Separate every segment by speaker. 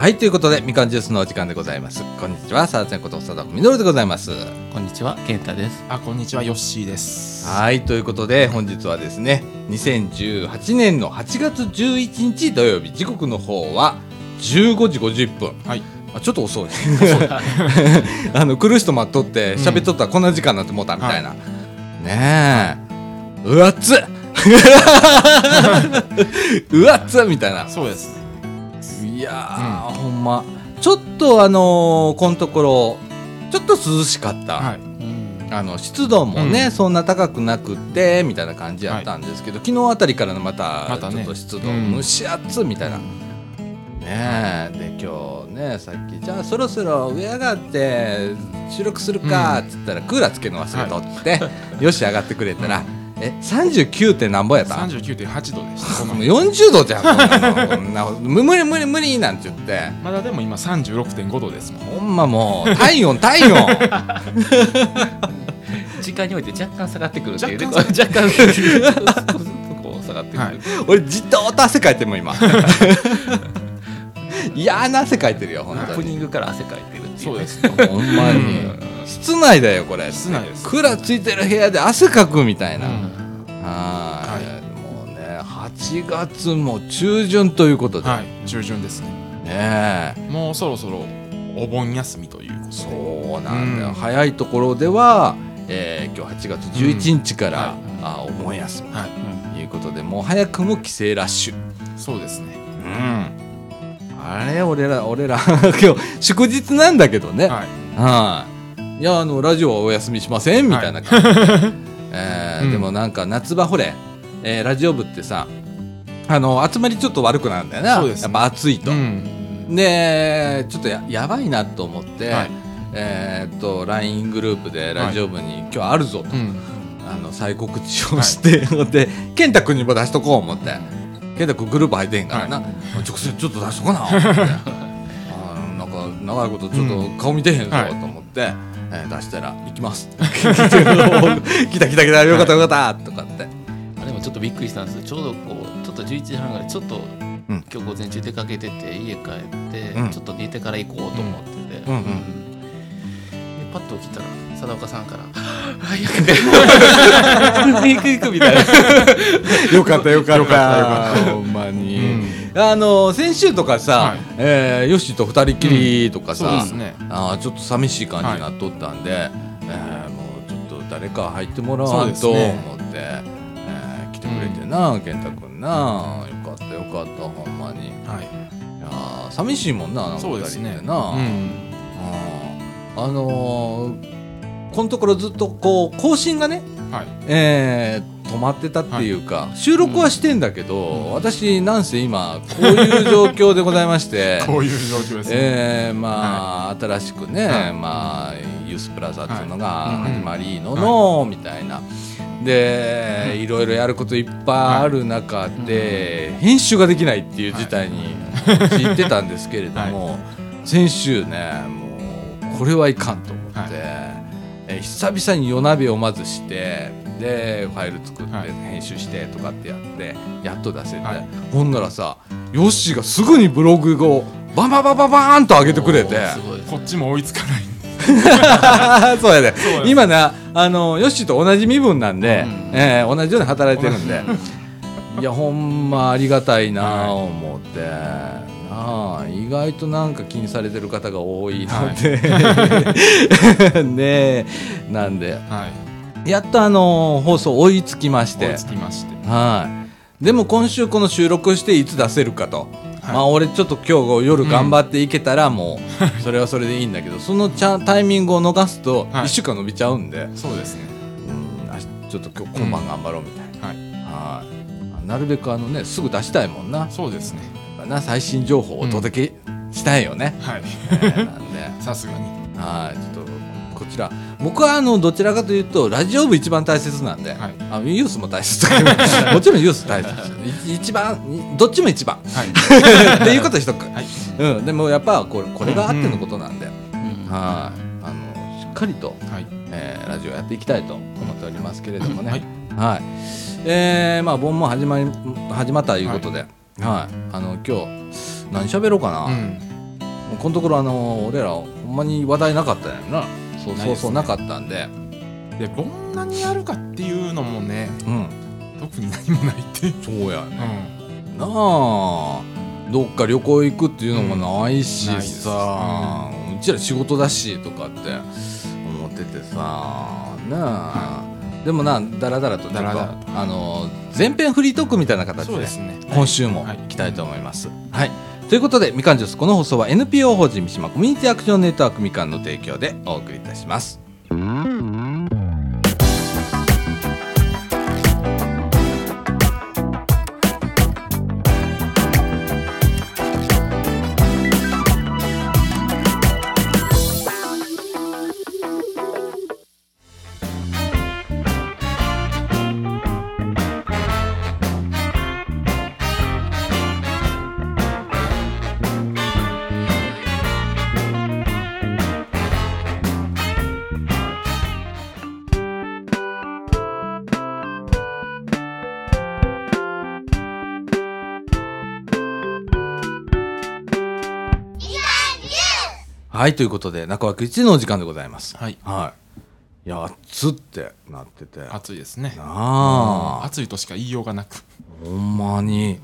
Speaker 1: はい、ということでみかんジュースのお時間でございます。こんにちは、さだちゃんこと佐田みのるでございます。
Speaker 2: こんにちは、健太です。
Speaker 3: こんにちは、ヨッシーです。
Speaker 1: はい、ということで本日はですね、2018年の8月11日土曜日、時刻の方は15時50分。
Speaker 3: はい。
Speaker 1: ちょっと遅い来る人待っとって喋っとったらこんな時間になってもうたみたいな、ねえ、うわっつうわっつみたいな。
Speaker 3: そうです。
Speaker 1: いやー、ほんまちょっとこのところちょっと涼しかった、
Speaker 3: はい、
Speaker 1: 湿度もね、そんな高くなくってみたいな感じやったんですけど、昨日あたりからまたちょっと湿度、蒸し暑みたいな、ねえ、で今日ね、さっきじゃあそろそろ上上がって収録するかっつったら、クーラーつけるの忘れとって、よし上がってくれたら、39. 点何ぼやった
Speaker 3: 39.8 度でした。
Speaker 1: もう40度じゃん、こんなの無理なんて言って、
Speaker 3: まだでも今 36.5 度ですもん。
Speaker 1: ほんまもう体温時
Speaker 2: 間において若干下がってくるっていうね、
Speaker 3: 若干
Speaker 2: こう下がってくる、
Speaker 1: はい、俺じっと汗かいてるもん今嫌な汗かいてるよ、本当に。
Speaker 2: オープニングから汗かいてるっていう、
Speaker 3: そうです。
Speaker 1: ほんまに室内だよこれ。
Speaker 3: 室内です。
Speaker 1: クーラーついてる部屋で汗かくみたいな、
Speaker 3: はい、
Speaker 1: もうね、8月も中旬ということで、
Speaker 3: はい、中旬ですね。
Speaker 1: ねえ、
Speaker 3: もうそろそろお盆休みということで。
Speaker 1: そうなんだよ、早いところでは、今日8月11日から、お盆休みということで、もう早くも帰省ラッシュ。
Speaker 3: そうですね。
Speaker 1: あれ、俺ら今日祝日なんだけどね、いや、ラジオはお休みしませんみたいな感じで、でもなんか夏場ほれ、ラジオ部ってさ、集まりちょっと悪くなるんだよな。
Speaker 3: そうですね、
Speaker 1: やっぱ暑いと、でちょっと やばいなと思って、LINE グループでラジオ部に今日あるぞと、再告知をして、で健太君にも出しとこう思って、健太君グループ入ってへんからな、直接ちょっと出しとこうな思ってなんか長いことちょっと顔見てへんぞと思って、出したら行きます来たよかったとかって。
Speaker 2: でもちょっとびっくりしたんですよ。ちょうどこうちょっと11時半ぐらいちょっと、今日午前中出かけてて家帰って、ちょっと寝てから行こうと思ってて、でパッと起きたら貞岡さんから早く行くみたいな
Speaker 1: よかったほんまに、先週とかさ、ヨッシーと二人きりとかさ、ちょっと寂しい感じになっとったんで、もうちょっと誰か入ってもらわんと思って、来てくれてな、健太くんな、よかったほんまに。いや寂しいもんな、なんか二人でな。このところずっとこう更新がね、止まってたっていうか、収録はしてんだけど、私なんせ今こういう状況でございまして
Speaker 3: こういう状況ですね。
Speaker 1: 新しくね、ユースプラザっていうのが始まりのみたいなで、いろいろやることいっぱいある中で、編集ができないっていう事態に陥ってたんですけれども、先週ね、もうこれはいかんと思って、久々に夜鍋をまずして、でファイル作って編集してとかってやってやっと出せて、ほんならさ、ヨッシーがすぐにブログをバーンと上げてくれて、
Speaker 3: こっちも追いつかないん
Speaker 1: そうやで、今な、ヨッシーと同じ身分なんで、同じように働いてるんでいや、ほんまありがたいな思って、意外となんか気にされてる方が多いので、ね、なんで、やっと放送追いつきまして、でも今週この収録していつ出せるかと、俺ちょっと今日夜頑張っていけたらもうそれはそれでいいんだけど、そのタイミングを逃すと1週間伸びちゃうんで、
Speaker 3: そうですね、
Speaker 1: ちょっと今日今晩頑張ろうみたいな、なるべくねすぐ出したいもんな。
Speaker 3: そうですね、
Speaker 1: 最新情報をお届けしたいよね。なんで
Speaker 3: さすがに、
Speaker 1: ちょっとこちら僕はどちらかというとラジオ部一番大切なんで、ユースも大切だけどもちろんユース大切一番、どっちも一番っていうことにしとく。でもやっぱこれがあってのことなんで、しっかりとラジオやっていきたいと思っておりますけれどもね。盆も始まったということで、今日何喋ろうかな。 うこのところ俺らほんまに話題なかったんやな。そうなかったんで、
Speaker 3: でこんなにやるかっていうのもね、特に何もないっていう。
Speaker 1: そうやね、なあ、どっか旅行行くっていうのもないしさ、うちら仕事だしとかって思っててさなあ、でもだらだらとちょっと前編フリートークみたいな形で今週も行きたいと思います。はい、ということでみかんジュース、この放送は NPO 法人三島コミュニティアクションネットワークみかんの提供でお送りいたします。はい、ということで中枠1のお時間でございます。はい、はい、いや暑ってなってて、
Speaker 3: 暑いですね。
Speaker 1: 暑
Speaker 3: いとしか言いようがなく、
Speaker 1: ほんまに、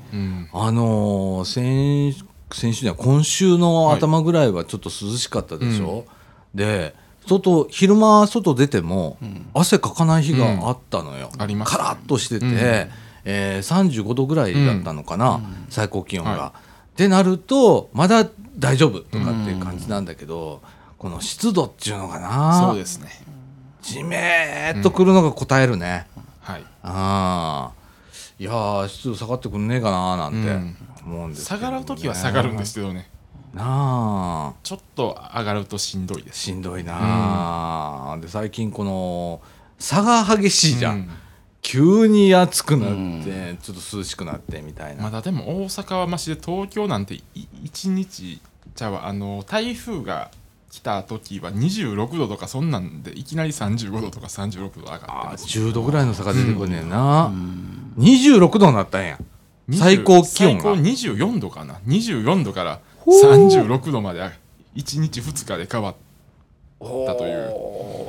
Speaker 1: 先週には今週の頭ぐらいはちょっと涼しかったでしょ、で昼間外出ても汗かかない日があったのよ、カラッとしてて、35度ぐらいだったのかな、最高気温が、ってなるとまだ大丈夫とかっていう感じなんだけど、この湿度っていうのかな、
Speaker 3: そうですね、
Speaker 1: じめーっとくるのが答えるね、いや湿度下がってくんねえかななんて思うんですけど、ね、
Speaker 3: 下がるときは下がるんですけどね、ちょっと上がるとしんどいです。
Speaker 1: しんどいな、で最近この差が激しいじゃん、急に暑くなって、ちょっと涼しくなってみたいな。
Speaker 3: まだでも大阪はマシで、東京なんて1日じゃあ台風が来た時は26度とかそんなんで、いきなり35度とか36度上がってます。
Speaker 1: 10度ぐらいの差が出てくるねんな、26度になったんや、最高気温が。
Speaker 3: 最高24度かな、24度から36度まで1日2日で変わったという。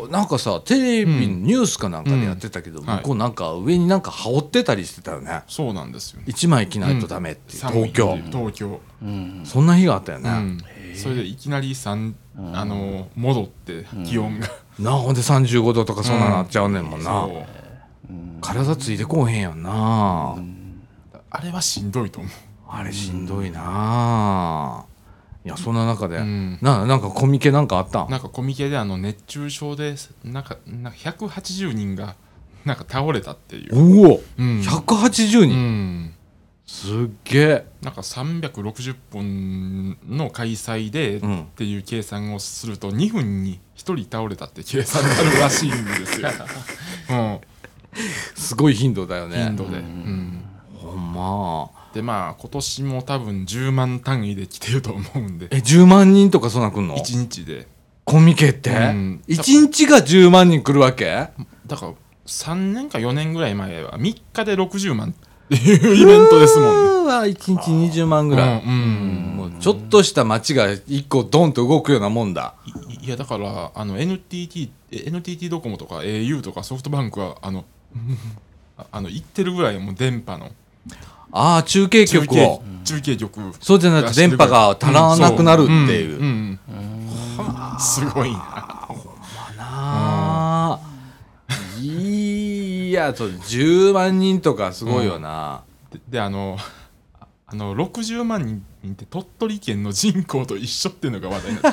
Speaker 1: なんかさ、テレビのニュースかなんかでやってたけど、向こうなんか上になんか羽織ってたりしてたよね。
Speaker 3: そうなんですよね、
Speaker 1: 1枚着ないとダメって、東京、そんな日があったよね、
Speaker 3: それでいきなり戻って気温が、
Speaker 1: ほんで35度とかそんななっちゃうねんもんな、体ついてこうへんやんな、
Speaker 3: あれはしんどいと思う。
Speaker 1: あれしんどいな、いやそんな中で、なんかコミケなんかあったん？
Speaker 3: なんかコミケで熱中症でなんか180人がなんか倒れたっていう。
Speaker 1: おお、180人、すっげえ。
Speaker 3: なんか360本の開催でっていう計算をすると2分に1人倒れたって計算になるらしいんですよ。
Speaker 1: すごい頻度だよね。
Speaker 3: 頻度で、
Speaker 1: ほんま
Speaker 3: で今年も多分10万単位で来てると思うんで。
Speaker 1: 10万人とかそんな来んの
Speaker 3: ？1日で
Speaker 1: コミケって、1日が10万人来るわけ？
Speaker 3: だから3年か4年ぐらい前は3日で60万っていうイベントですもんね。
Speaker 1: 1日20万ぐらい、もうちょっとした街が1個ドンと動くようなもんだ。
Speaker 3: いやだからNTT ドコモとか au とかソフトバンクは行ってるぐらいもう電波の
Speaker 1: 中継局を
Speaker 3: 中継局
Speaker 1: そうじゃないと電波が足らなくなるっていう、
Speaker 3: すごいな。
Speaker 1: ほんまな、いや10万人とかすごいよな、
Speaker 3: で60万人って鳥取県の人口と一緒っていうのが話題にな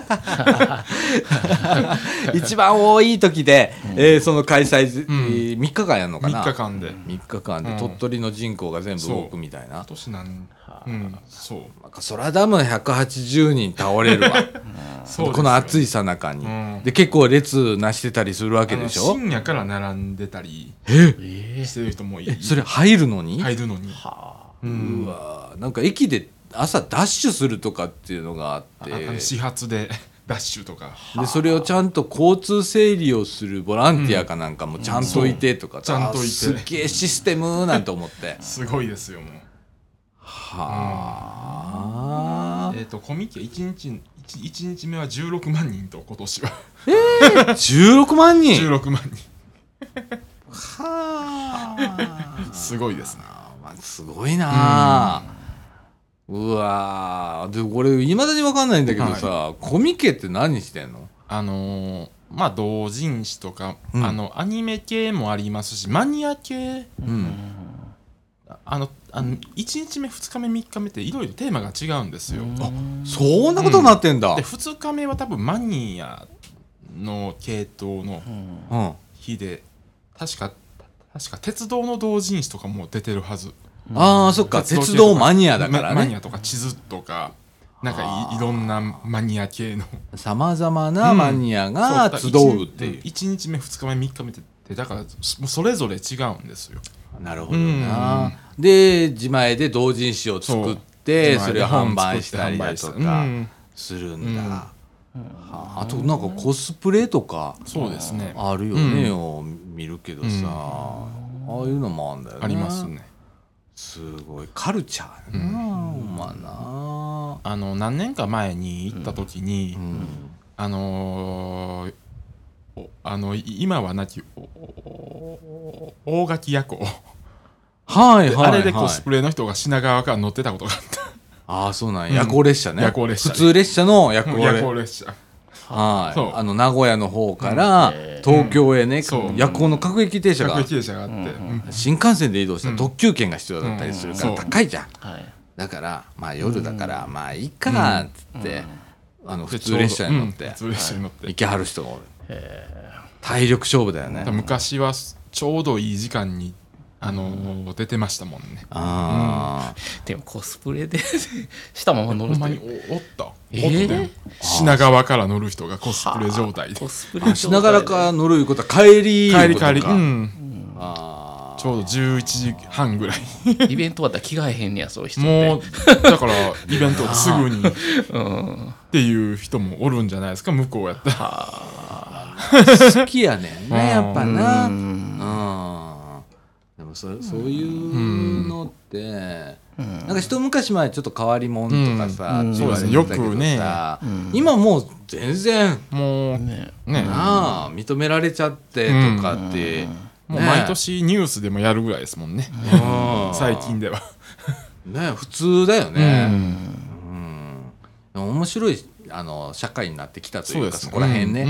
Speaker 3: って
Speaker 1: 一番多い時で、その開催、3日間やるのかな。
Speaker 3: 3日間で
Speaker 1: 鳥取の人口が全部動くみたいな。
Speaker 3: 今年そう
Speaker 1: なんか空ダム180人倒れるわこの暑いさなかに、で結構列なしてたりするわけでしょ。
Speaker 3: 深夜から並んでたりしてる人もいる。
Speaker 1: それ入るのに
Speaker 3: う
Speaker 1: わ、なんか駅で朝ダッシュするとかっていうのがあって、
Speaker 3: 始発でダッシュとか
Speaker 1: で、それをちゃんと交通整理をするボランティアかなんかもちゃんといてとか、
Speaker 3: ちゃんといて、
Speaker 1: すっげえシステムなんて思って
Speaker 3: すごいですよもう。
Speaker 1: はあ、
Speaker 3: コミケ1 1日目は16万人と今年は
Speaker 1: 16万人
Speaker 3: 16万人
Speaker 1: はあ
Speaker 3: すごいですね。
Speaker 1: まあ、すごいな、うわでこれいまだに分かんないんだけどさ、コミケって何してんの？
Speaker 3: まあ同人誌とか、
Speaker 1: うん
Speaker 3: アニメ系もありますしマニア系、1日目2日目3日目っていろいろテーマが違うんですよ。
Speaker 1: そんなことになってんだ、
Speaker 3: で2日目は多分マニアの系統の日で、確か鉄道の同人誌とかも出てるはず。
Speaker 1: ああそっか、鉄道マニアだからね。
Speaker 3: マニアとか地図とかなんかいろんなマニア系の
Speaker 1: さまざまなマニアが集うっていう、
Speaker 3: 1日目2日目3日目ってだからもうそれぞれ違うんですよ。
Speaker 1: なるほどな、で自前で同人誌を作ってそれを販売したりだとかするんだ、あとなんかコスプレとか
Speaker 3: そうですね
Speaker 1: あるよね、見るけどさ、ああいうのもあるんだよね。
Speaker 3: ありますね。
Speaker 1: すごいカルチャーだな、まあな
Speaker 3: 何年か前に行った時に、今はなき大垣夜行
Speaker 1: はいはいはい、
Speaker 3: あれでコスプレの人が品川から乗ってたことがあった。
Speaker 1: ああそうなんや、夜行列車ね。
Speaker 3: 夜行列車
Speaker 1: 普通列車の夜行
Speaker 3: 列車
Speaker 1: はい、
Speaker 3: そう
Speaker 1: 名古屋の方から東京へね、夜行の各駅停車が
Speaker 3: 各駅停車があって、
Speaker 1: 新幹線で移動したら特急券が必要だったりするから高いじゃん、
Speaker 2: はい、
Speaker 1: だからまあ夜だからまあいいかっつって、普通列車に乗って行きはる人がおる。体力勝負だよね。
Speaker 3: 昔はちょうどいい時間に出てましたもんね。
Speaker 2: でもコスプレでしたまま乗る人
Speaker 3: ほんまにおった品川から乗る人がコスプレ状態で
Speaker 1: 品川から乗るいうことは帰り
Speaker 3: ちょうど11時半ぐらい
Speaker 2: イベント終わったら着替えへんねやそういう人
Speaker 3: もうだからイベントすぐにっていう人もおるんじゃないですか向こうやったら。
Speaker 1: 好きやねんねやっぱな。でもそういうのってなんか一昔前ちょっと変わり者とかさ
Speaker 3: そうですねよくね
Speaker 1: 今もう全然
Speaker 3: もう
Speaker 1: ね認められちゃってとかって
Speaker 3: もう毎年ニュースでもやるぐらいですもんね最近では
Speaker 1: ね普通だよね。面白い社会になってきたというかそこら辺ね。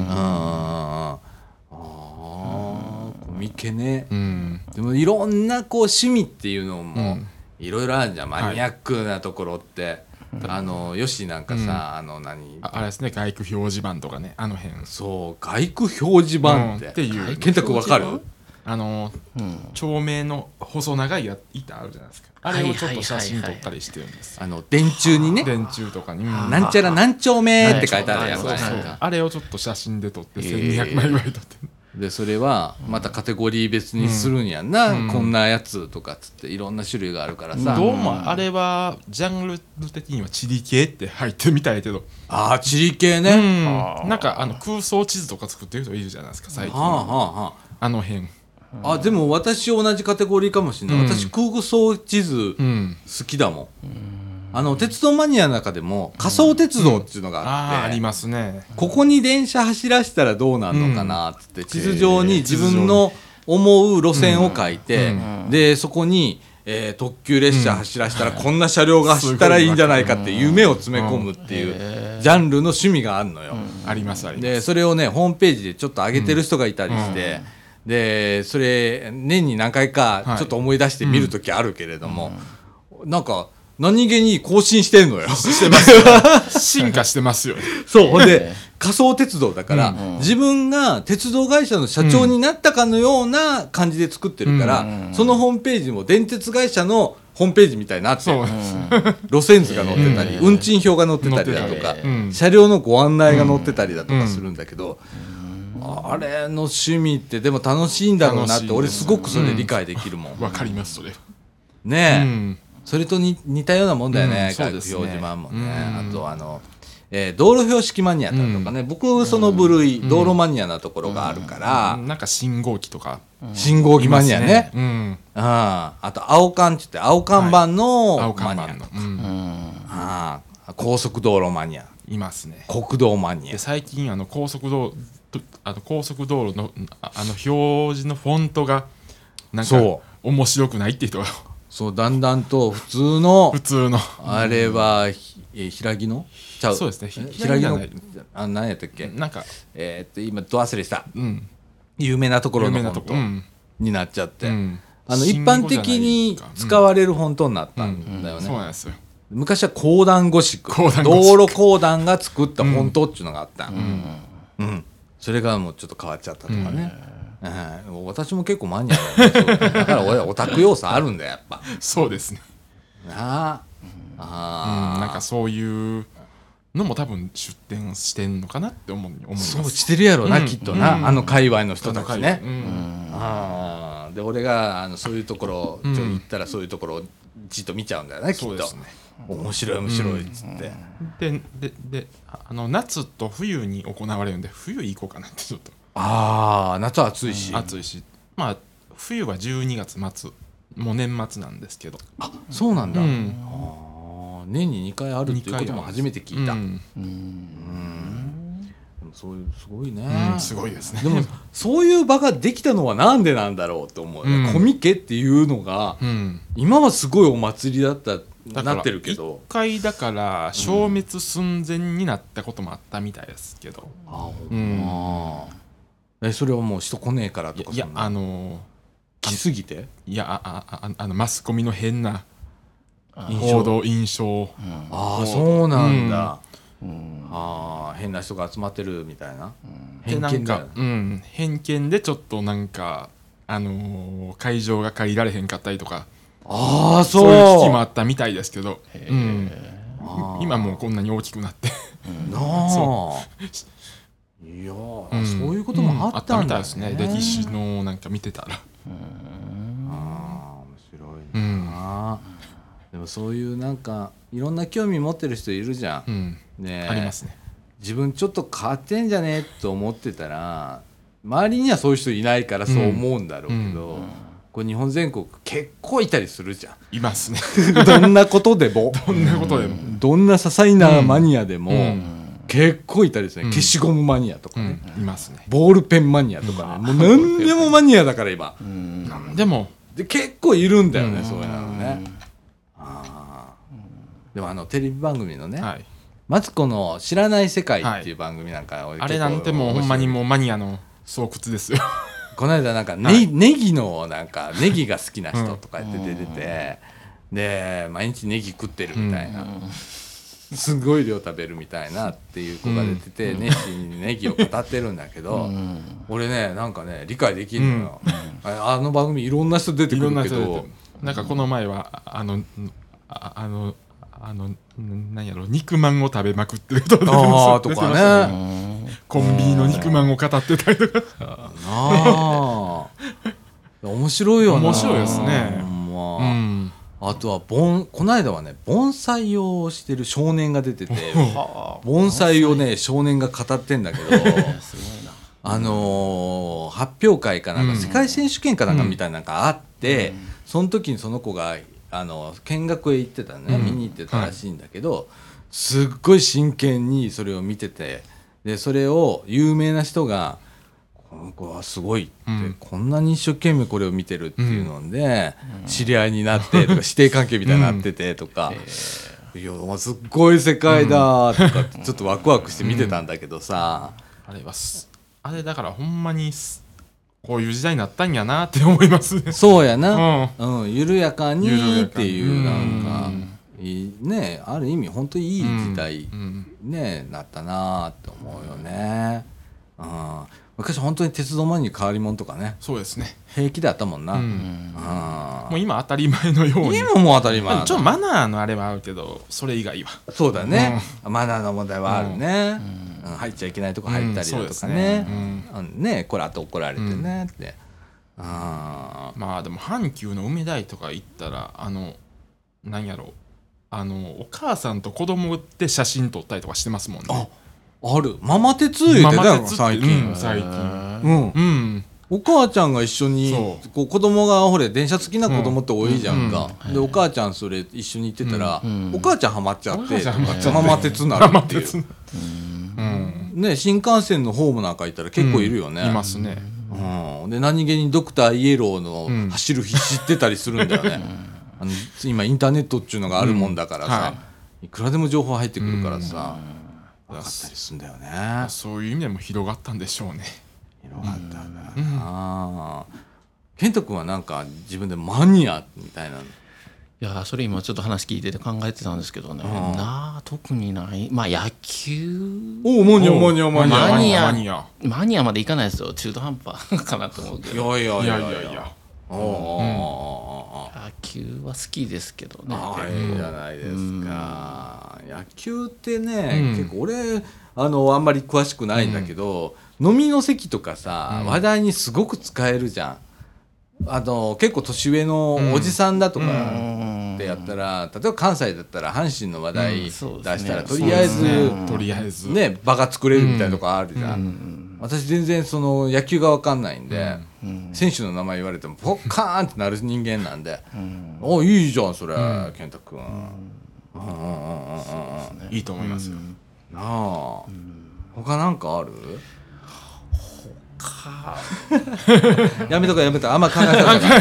Speaker 1: コミケね、でもいろんなこう趣味っていうのもいろいろあるじゃん、マニアックなところって、よしなんかさ、
Speaker 3: あれですね外区表示板とかね辺
Speaker 1: そう外区表示板っていう健太君わかる？
Speaker 3: 町名の細長い板あるじゃないですか。あれをちょっと写真撮ったりしてるんです。
Speaker 1: 電柱にね
Speaker 3: 電柱とかに
Speaker 1: なんちゃら何丁目って書いてあるやん。
Speaker 3: あれをちょっと写真で撮って1200枚ぐらい撮って
Speaker 1: でそれはまたカテゴリー別にするんやんな、こんなやつとかっつっていろんな種類があるからさ。
Speaker 3: どうもあれはジャンル的には地理系って入ってみたいけど
Speaker 1: 地理系ね、
Speaker 3: なんか空想地図とか作ってる人いるじゃないですか最近辺
Speaker 1: でも私同じカテゴリーかもしれない、私空想地図好きだもん、鉄道マニアの中でも仮想鉄道っていうのがあって、
Speaker 3: ありますね。
Speaker 1: ここに電車走らせたらどうなるのかなっつって、地図上に自分の思う路線を書いて、でそこに、特急列車走らせたらこんな車両が走ったらいいんじゃないかって夢を詰め込むっていうジャンルの趣味があるのよ。
Speaker 3: ありますあります。
Speaker 1: でそれをねホームページでちょっと上げてる人がいたりして、でそれ年に何回かちょっと思い出して見るときあるけれども、なんか何気に更新してんのよ。
Speaker 3: してますよ進化してますよ。
Speaker 1: そうで仮想鉄道だから、自分が鉄道会社の社長になったかのような感じで作ってるから、そのホームページも電鉄会社のホームページみたいになって、路線図が載ってたり、運賃表が載ってたりだとか、車両のご案内が載ってたりだとかするんだけど、あれの趣味ってでも楽しいんだろうなって、俺すごくそれ理解できるもん。
Speaker 3: わかりますそれ。
Speaker 1: ねえ。それと似たようなもんだよね、外区表示板もね。あと道路標識マニアだとかね、僕その部類、道路マニアなところがあるから、
Speaker 3: なんか信号機とか、
Speaker 1: 信号機マニアね、あと青看って言って青看板のマニアとか、高速道路マニア
Speaker 3: いますね。
Speaker 1: 国道マニア
Speaker 3: で最近高速道路の表示のフォントがなんか面白くないって人が
Speaker 1: そうだんだんと普通の
Speaker 3: 普通の
Speaker 1: あれは平木のちゃう
Speaker 3: そうですね
Speaker 1: 平木の何やったっけ
Speaker 3: なんか
Speaker 1: 今ど忘れした
Speaker 3: うん
Speaker 1: 有名なところの
Speaker 3: 有名なとこ
Speaker 1: フォントになっちゃって
Speaker 3: うん
Speaker 1: 一般的に使われるフォントになったんだよ
Speaker 3: そうなん
Speaker 1: ね。
Speaker 3: ですよ。
Speaker 1: 昔は公団ゴシック
Speaker 3: 公団ゴシック
Speaker 1: 道路公団が作ったフォントっていうのがあった、うんそれがもうちょっと変わっちゃったとかね、私も結構マニアなんだよだから俺オタク要素あるんだよやっぱ
Speaker 3: そうですね。
Speaker 1: な
Speaker 3: なんかそういうのも多分出展してんのかなって思います。
Speaker 1: そうしてるやろな、きっとな、界隈の人たちね、で俺がそういうところ行ったらそういうところをじっと見ちゃうんだよね、きっと。そうですね。面白い面白いっつって、
Speaker 3: で夏と冬に行われるんで冬行こうかなってちょっと。
Speaker 1: 夏は暑いし、
Speaker 3: まあ冬は12月末もう年末なんですけど。
Speaker 1: そうなんだ、年に2回あるっていうことも初めて聞いた。そういうすごいね、
Speaker 3: すごいですね。
Speaker 1: でもそういう場ができたのはなんでなんだろうと思う、コミケっていうのが、今はすごいお祭りだったなってるけど
Speaker 3: 一回だから消滅寸前になったこともあったみたいですけど、
Speaker 1: それはもう人来ねえからとか、
Speaker 3: いや
Speaker 1: 来すぎて、
Speaker 3: いやマスコミの変な印象、
Speaker 1: そうなんだ、変な人が集まってるみたいな、偏見だよね。
Speaker 3: 偏見でちょっとなんか会場が借りられへんかったりとか、そういう危機もあったみたいですけど、今もうこんなに大きくなって
Speaker 1: いやそういうこともあったんだよね。
Speaker 3: あったみたいですね、歴史のなんか見てたら。
Speaker 1: 面白いな。でもそういうなんかいろんな興味持ってる人いるじゃん、
Speaker 3: ありますね。
Speaker 1: 自分ちょっと変わってんじゃねと思ってたら周りにはそういう人いないからそう思うんだろうけど、こう日本全国結構いたりするじゃん。
Speaker 3: いますね
Speaker 1: どんなことでもどんな些細なマニアでも、結構いたりですね、消しゴムマニアとかね、
Speaker 3: いますね。
Speaker 1: ボールペンマニアとかね、もう何でもマニアだから今、
Speaker 3: 何でも
Speaker 1: で結構いるんだよね、そういうのね。でもテレビ番組のね、マツコの知らない世界っていう番組なんか、
Speaker 3: あれなんてもうほんまにもうマニアの巣窟ですよ
Speaker 1: この間なんかネギのなんかネギが好きな人とかって出てて、で毎日ネギ食ってるみたいな、すごい量食べるみたいなっていう子が出てて、熱心にネギを語ってるんだけど、俺ねなんかね理解できるのよ、あの番組いろんな人出てくるけど、
Speaker 3: なんかこの前は何やろ肉まんを食べまくってる人とかね、コンビニの肉まんを語ってたりとか
Speaker 1: 面白いよな。
Speaker 3: 面白いですね。
Speaker 1: あとはこの間はね盆栽をしてる少年が出てて盆栽をね少年が語ってんだけど発表会かなんか世界選手権かなんかみたいなのがあって、その時にその子が見学へ行ってたね、見に行ってたらしいんだけど、すっごい真剣にそれを見てて、でそれを有名な人がこの子はすごいって、こんなに一生懸命これを見てるっていうので、知り合いになってとか師弟関係みたいになっててとか、いやすっごい世界だとかちょっとワクワクして見てたんだけどさ、
Speaker 3: あれだからほんまにこういう時代になったんやなって思いますね。
Speaker 1: そうやな、緩やかにっていうなんかね、ある意味本当にいい時代ねなったなって思うよね。昔本当に鉄道マンに変わり者とかね、
Speaker 3: そうですね、
Speaker 1: 平気であったもんな、
Speaker 3: もう今当たり前のように、
Speaker 1: 今も当たり前、
Speaker 3: ちょっとマナーのあれはあるけどそれ以外は
Speaker 1: そうだね、マナーの問題はあるね、入っちゃいけないとこ入ったりだとかね、ねこれあと怒られてねって、
Speaker 3: まあでも阪急の梅田とか行ったらなんやろお母さんと子供って写真撮ったりとかしてますもんね。
Speaker 1: あるママ鉄言ってたよ最近、 お母ちゃんが一緒に
Speaker 3: そう
Speaker 1: こう子供がほれ電車好きな子供って多いじゃんか、でお母ちゃんそれ一緒に行ってたら、お母ちゃんハマっちゃってママ鉄になるっていう、ね、新幹線のホームなんか行ったら結構いるよね、
Speaker 3: いますね、
Speaker 1: で何気にドクターイエローの走る日知ってたりするんだよね、今インターネットっていうのがあるもんだからさ、いくらでも情報入ってくるからさ、分かったりするんだよね。
Speaker 3: そういう意味でも広がったんでしょうね。
Speaker 1: 広がったんだな。健人君はなんか自分でマニアみたいな。
Speaker 2: いやそれ今ちょっと話聞いてて考えてたんですけどね、特にない。まあ野球
Speaker 1: マニ
Speaker 2: アまでいかないですよ。中途半端かなと思うけど。
Speaker 3: いや
Speaker 2: 野球は好きですけどね。
Speaker 1: いいじゃないですか。野球ってね、結構俺あんまり詳しくないんだけど、飲みの席とかさ、話題にすごく使えるじゃん。結構年上のおじさんだとかってやったら、例えば関西だったら阪神の話題出したら、とりあえずね場が作れるみたいなとこあるじゃん。私全然その野球が分かんないんで、選手の名前言われてもポッカーンってなる人間なんで、いいじゃんそれ、健太君。
Speaker 3: いいと思いますよ。
Speaker 1: なあ、他なんかある？やめとかあんま考えたくない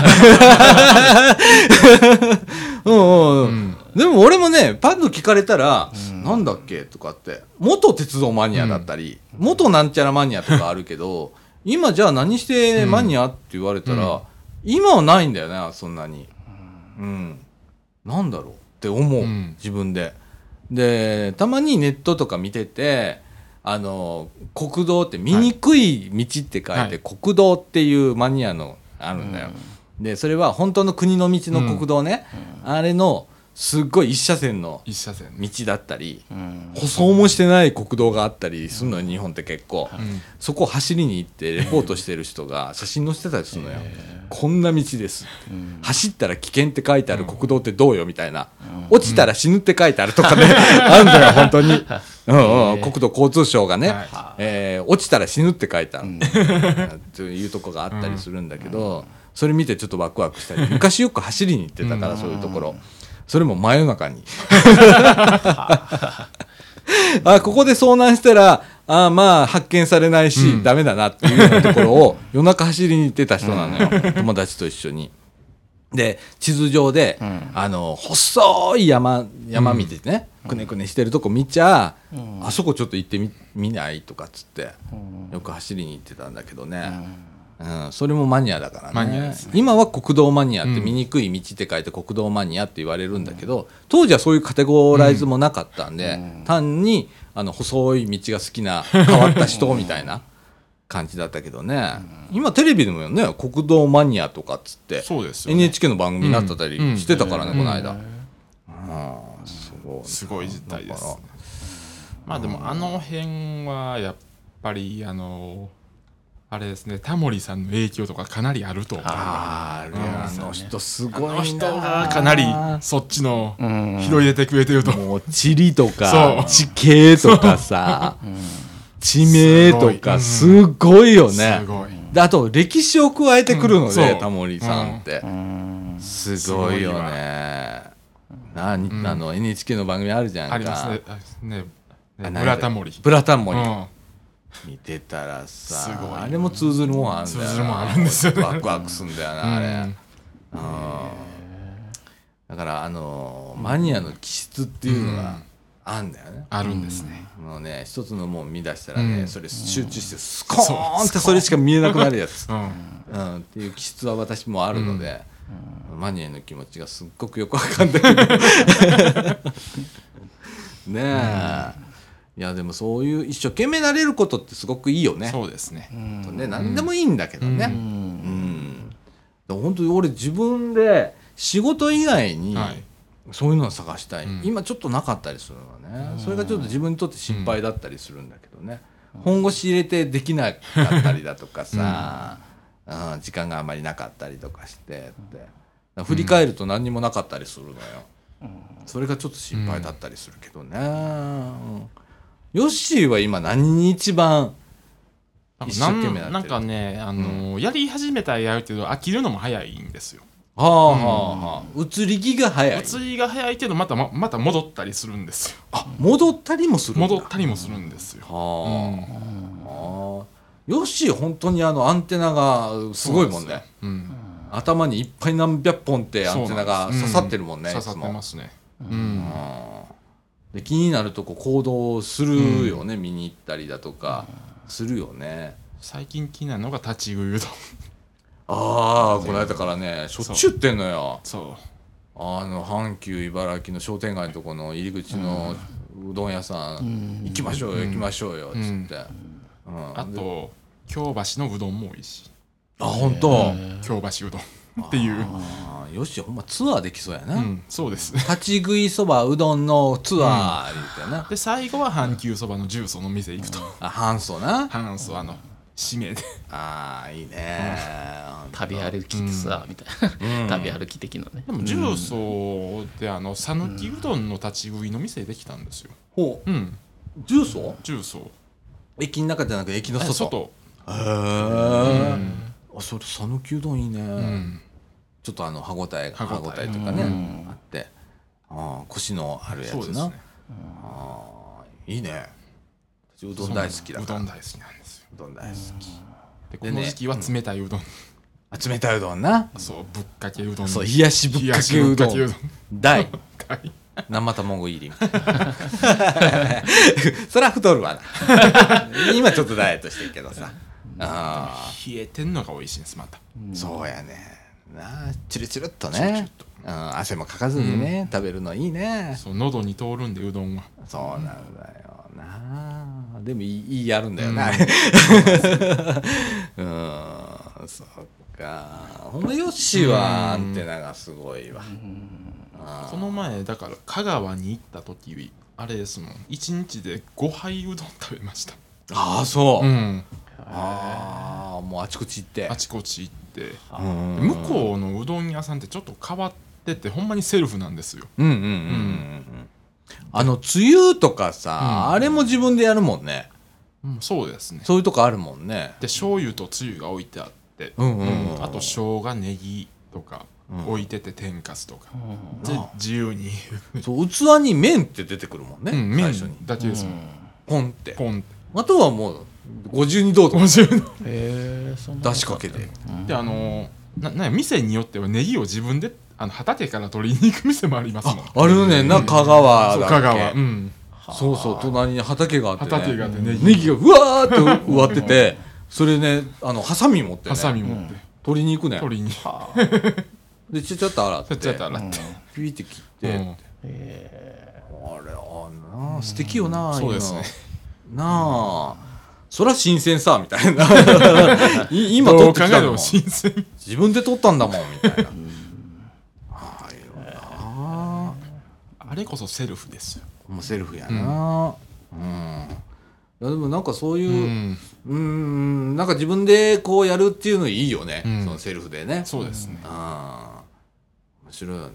Speaker 1: でも俺もねパッと聞かれたら、なんだっけとかって元鉄道マニアだったり、元なんちゃらマニアとかあるけど今じゃあ何してマニアって言われたら、今はないんだよねそんなに。なんだろうって思う、自分で。でたまにネットとか見てて国道って見にくい道って書いて、国道っていうマニアのあるんだよ、でそれは本当の国の道の国道ね、あれのすっごい一車線の道だったり、舗装もしてない国道があったりするのよ、日本って結構、そこを走りに行ってレポートしてる人が写真載せてたりするのよ、こんな道ですって、走ったら危険って書いてある国道ってどうよみたいな、落ちたら死ぬって書いてあるとかねあるんだよ本当に、国土交通省がね、落ちたら死ぬって書いてあるというとこがあったりするんだけど、それ見てちょっとワクワクしたり、昔よく走りに行ってたから、そういうところ、それも真夜中にここで遭難したらまあ発見されないし、ダメだなっていうようなところを夜中走りに行ってた人なのよ友達と一緒に。で地図上で、細い山見てね、くねくねしてるとこ見ちゃ、あそこちょっと行ってみないとかっつって、よく走りに行ってたんだけどね、それもマニアだからね。
Speaker 3: マニアですね。
Speaker 1: 今は国道マニアって見にくい道って書いて国道マニアって言われるんだけど、当時はそういうカテゴライズもなかったんで、単に細い道が好きな変わった人みたいな感じだったけどね、今テレビでもね国道マニアとかっつって、
Speaker 3: そうですよね、
Speaker 1: NHK の番組になったりしてたからね、この間。
Speaker 3: すごい実態です。まあでもあの辺はやっぱりあれですね、タモリさんの影響とかかなりあると思う。
Speaker 1: あの人すごいな。
Speaker 3: あの人がかなりそっちの拾い入れてくれてると思う。
Speaker 1: もう地理とか地形とかさ地名とかすごいよね。であと歴史を加えてくるので、タモリさんってすごいよね。NHK の番組あるじゃんか。
Speaker 3: ありますね。ブラタモリ。
Speaker 1: ブラタモリ見てたらさ、あれも通ずるもんあるんだよな。
Speaker 3: 通ずるもんあるんですよね。
Speaker 1: ワクワクすんだよな、あれ。だからマニアの気質っていうのがあるんだよね。
Speaker 3: あるんですね。
Speaker 1: もうね、一つのもん見出したらね、それ集中してスコーンってそれしか見えなくなるやつっていう気質は私もあるので、マニアの気持ちがすっごくよくわかんないけどねえ。いやでもそういう一生懸命なれることってすごくいいよね。
Speaker 3: そうですね。
Speaker 1: 何でもいいんだけどね。本当に俺自分で仕事以外にそういうのを探したい、今ちょっとなかったりするのね。それがちょっと自分にとって心配だったりするんだけどね。本腰入れてできなかったりだとかさ、時間があんまりなかったりとかしてって振り返ると何にもなかったりするのよ。それがちょっと心配だったりするけどね。ヨッシーは今何に一番一生懸命やってる。
Speaker 3: なんかねやり始めたらやるけど飽きるのも早いんですよ。
Speaker 1: はあはあはあ、移り気が早い。
Speaker 3: 移りが早いけどまた戻ったりするんですよ。
Speaker 1: 戻ったりもするんだ。
Speaker 3: 戻ったりもするんですよ。
Speaker 1: はあ、ヨッシー本当にアンテナがすごいもんね。頭にいっぱい何百本ってアンテナが刺さってるもんね。
Speaker 3: 刺さってますね。
Speaker 1: で気になるとこ行動するよね、見に行ったりだとかするよね。
Speaker 3: 最近気になるのが立ち食いうどん。
Speaker 1: この間からねしょっちゅう売ってんのよ。
Speaker 3: そう
Speaker 1: 阪急茨城の商店街のとこの入り口のうどん屋さん、行きましょうよ行きましょうよっつって、
Speaker 3: あと京橋のうどんも美味しい。
Speaker 1: 本当。
Speaker 3: 京橋うどんっていう。
Speaker 1: よしほんまツアーできそうやな。
Speaker 3: そうです。
Speaker 1: 立ち食いそばうどんのツアー言うてな。
Speaker 3: で最後は阪急そばの重曹の店行くと。
Speaker 1: 阪曹な。
Speaker 3: 阪曹締めで。
Speaker 1: いいね。
Speaker 2: 旅歩きツアーみたいな、旅歩き的なね。
Speaker 3: でも重曹で讃岐うどんの立ち食いの店できたんですよ。
Speaker 1: ほう。重曹？
Speaker 3: 重曹。
Speaker 1: 駅の中じゃなくて駅の外。
Speaker 3: 外。
Speaker 1: へえ。それ讃岐うどんいいね。ちょっと歯ごたえとかねあって、コシのあるやつな。いいね。うどん大好きだから。
Speaker 3: うどん大好きなんですよ。
Speaker 1: うどん大好き。
Speaker 3: でこの時期は冷たいうどん。
Speaker 1: 冷たいうどんな。
Speaker 3: そうぶっかけうどん。
Speaker 1: そう冷やしぶっかけうどん。大。生卵入りみたいな。そりゃ太るわな。今ちょっとダイエットしてるけどさ。
Speaker 3: 冷えてんのが美味しいんですまた。
Speaker 1: そうやね。チルチルっとね。汗もかかずにね食べるのいいね。
Speaker 3: そう喉に通るんでうどんは。
Speaker 1: そうなんだよな。でもいいやるんだよな。そっか。ほんまヨッシーはアンテナがすごいわ。
Speaker 3: この前だから香川に行った時あれですもん1日で5杯うどん食べました。
Speaker 1: そう。もうあちこち行って。
Speaker 3: あちこち行って。向こうのうどん屋さんってちょっと変わっててほんまにセルフなんですよ。
Speaker 1: つゆとかさ、あれも自分でやるもんね。
Speaker 3: そうですね。
Speaker 1: そういうとこあるもんね。
Speaker 3: で醤油とつゆが置いてあって、あと生姜ネギとか置いてて天かすとかで自由に。
Speaker 1: そう器に麺って出てくるもんね。最初に
Speaker 3: だけですもん。
Speaker 1: ポンって。
Speaker 3: あ
Speaker 1: とはもう52度とか出しかけて。
Speaker 3: で店によってはネギを自分で畑から取りに行く店もありますもん。
Speaker 1: あるねんな香川だっけ。
Speaker 3: 香川。
Speaker 1: そう隣に畑があってね。
Speaker 3: 畑があってネ
Speaker 1: ギがうわーって植わってて、それねハサミ持ってね。取りに行くね。
Speaker 3: 取りに。
Speaker 1: でちょっと洗って。
Speaker 3: ちょっと洗って。
Speaker 1: ピーって切って。素敵よな。
Speaker 3: そうですね。
Speaker 1: なあ。そりゃ新鮮さみたいな。今取ってきたのも
Speaker 3: 新鮮。
Speaker 1: 自分で取ったんだもんみたいな。
Speaker 3: あれこそセルフですよ。
Speaker 1: もうセルフやな。でもなんかそういうなんか自分でこうやるっていうのいいよね。そのセルフでね。
Speaker 3: そうですね。
Speaker 1: 面白いよ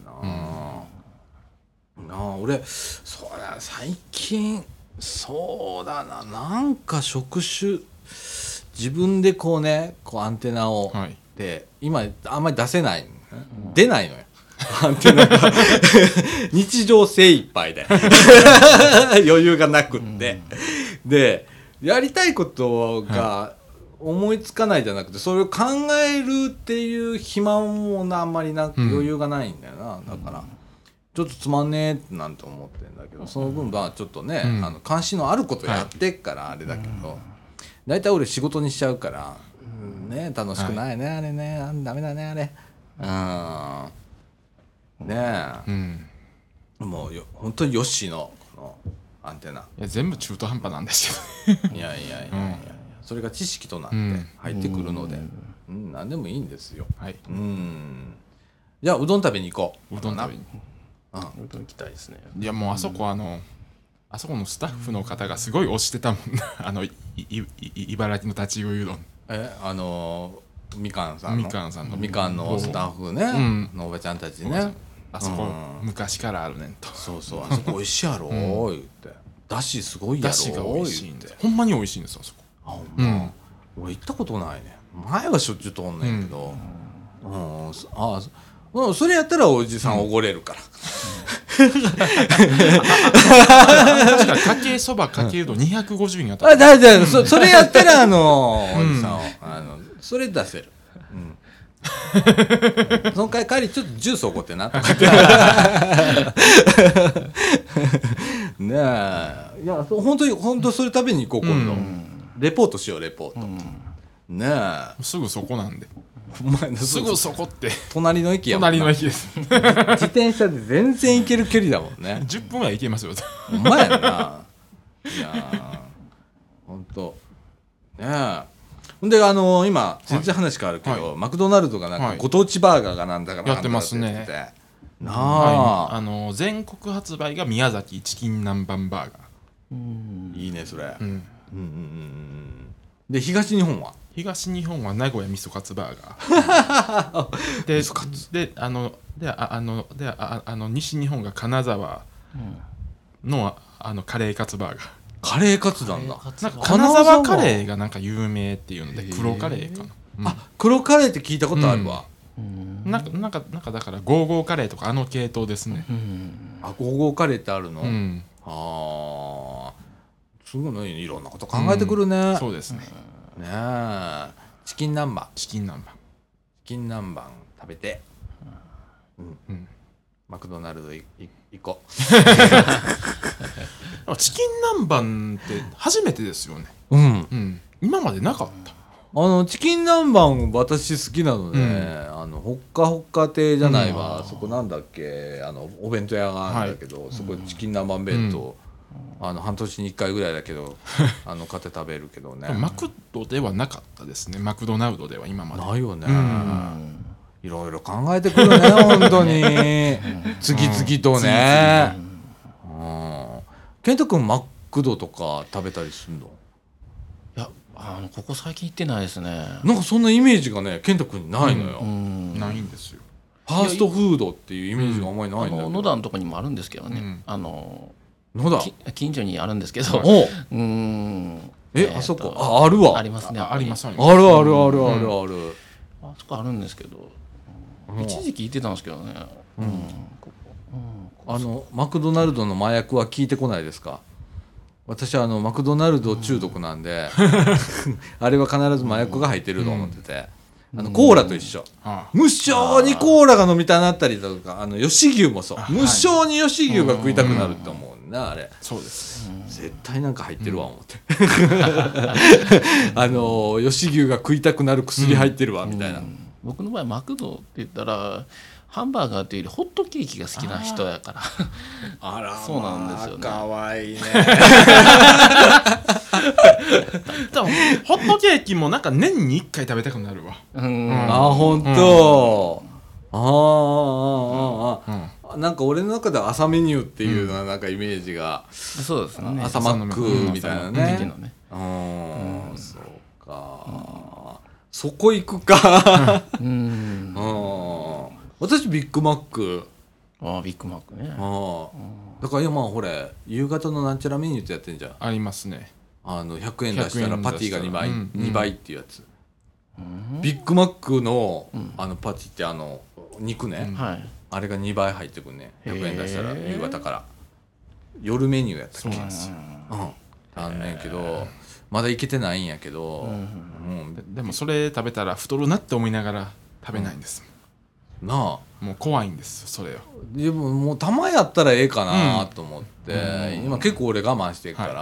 Speaker 1: な。俺そうだ最近そうだな、なんか職種自分でこうねこうアンテナを、で今あんまり出せない出ないのよ。アンテナが日常精一杯で余裕がなくって、でやりたいことが思いつかないじゃなくて、それを考えるっていう暇もあんまりなく余裕がないんだよな。だからちょっとつまんねえってなんて思ってんだけど、その分はちょっとね、関心のあることやってっからあれだけど、大体俺仕事にしちゃうから、ね楽しくないね、あれね、ダメだねあれ。もう本当にヨッシーのこのアンテナ、
Speaker 3: いや全部中途半端なんですけど。
Speaker 1: いやそれが知識となって入ってくるので、何でもいいんですよ。じゃあうどん食べに行こう。
Speaker 3: うどん食べに。
Speaker 2: うどん行きたいですね。
Speaker 3: いやもうあそこあそこのスタッフの方がすごい推してたもんな。茨城の立ち食いうどん。
Speaker 1: みかんさんのみかんのスタッフね、のおばちゃんたちね。
Speaker 3: あそこ昔からあるねんと。
Speaker 1: そうあそこ美味しいやろ言って、だしすごいやろ。
Speaker 3: だしが美味しいんで、ほんまに美味しいんですよあそこ。
Speaker 1: 俺行ったことないね。前はしょっちゅう通んねんけど、それやったらおじさんおごれるから、
Speaker 3: 確かにかけそばかけうどん250円やった
Speaker 1: だそれやったらおじさんをそれ出せる、その代わりちょっとジュースおごってなとかってねえ、いや本当それ食べに行こう今度、レポートしようレポート、ねえ、
Speaker 3: すぐそこなんで、
Speaker 1: お前
Speaker 3: すぐそこって
Speaker 1: 隣の駅やもんな。
Speaker 3: 隣の駅です
Speaker 1: 自転車で全然行ける距離だもんね。
Speaker 3: 10分ぐらい行けますよ。
Speaker 1: お前やな。いやほんとねえ。ほんで今全然話変わるけど、マクドナルドがなんかご当地バーガーがなんだから
Speaker 3: やってますね。
Speaker 1: なあ、
Speaker 3: 全国発売が宮崎チキン南蛮バーガー。
Speaker 1: いいねそれ。で東日本は
Speaker 3: 名古屋味噌カツバーガーで、西日本が金沢のカレーカツバーガー。
Speaker 1: カレーカツなんだ。
Speaker 3: なんか金沢カレーがなんか有名っていうので黒カレーかな。
Speaker 1: 黒カレーって聞いたことあるわ。
Speaker 3: なんかだからゴーゴーカレーとか系統ですね。
Speaker 1: ゴーゴーカレーってあるの？すごいね、いろんなこと考えてくるね。
Speaker 3: そうですね。
Speaker 1: ねえ、チキン南蛮食べて、マクドナルド行こう。
Speaker 3: チキン南蛮って初めてですよね。今までなかった。
Speaker 1: チキン南蛮私好きなので、ほっかほっか亭じゃないわ、そこなんだっけ、お弁当屋があるんだけど、そこチキン南蛮弁当、半年に1回ぐらいだけど買って食べるけどね。
Speaker 3: マクドではなかったですね。マクドナルドでは今まで
Speaker 1: ないよね。いろいろ考えてくるね本当に次々とね。健太君マクドとか食べたりするの？
Speaker 2: いや、ここ最近行ってないですね。
Speaker 1: なんかそんなイメージがね健太君にないのよ。
Speaker 3: ないんですよ。
Speaker 1: ファーストフードっていうイメージがあんまりないんだけど、
Speaker 2: 野田のとこにもあるんですけどね、
Speaker 1: 野田
Speaker 2: 近所にあるんですけど、
Speaker 1: あそこあるわ。
Speaker 2: ありますね。
Speaker 3: あります。
Speaker 1: あるあそ
Speaker 2: こあるんですけど、一時期行ってたんですけどね。
Speaker 1: マクドナルドの麻薬は効いてこないですか？私はマクドナルド中毒なんであれは必ず麻薬が入ってると思ってて、コーラと一緒、無性にコーラが飲みたなったりだとか、吉牛もそう、無性に吉牛が食いたくなるって思うね、あれ。
Speaker 3: そうです、
Speaker 1: 絶対なんか入ってるわ思って吉牛が食いたくなる薬入ってるわみたいな。
Speaker 2: 僕の場合マクドって言ったらハンバーガーというよりホットケーキが好きな人やから
Speaker 1: あら、
Speaker 2: そうなんですよね。
Speaker 1: かわいいね
Speaker 3: でもホットケーキもなんか年に1回食べたくなるわ。
Speaker 1: 本当。なんか俺の中では朝メニューっていうのはなんかイメージが、
Speaker 2: そうですね、
Speaker 1: 朝マックみたいなね。そうか、そこ行くか私ビッグマック。
Speaker 2: ビッグマックね。
Speaker 1: だから今ほれ夕方のなんちゃらメニューってやってんじゃん。
Speaker 3: ありますね。
Speaker 1: 100円出したらパティが2倍っていうやつ。ビッグマックのパティって肉ね、あれが2倍入ってくるね。100円出したら夕方から夜メニューやったっけ。あんねんけどまだいけてないんやけど、
Speaker 3: でもそれ食べたら太るなって思いながら食べないんです。
Speaker 1: なあ、
Speaker 3: もう怖いんですよそれを。
Speaker 1: でももうたまやったらええかなと思って、今結構俺我慢してるから、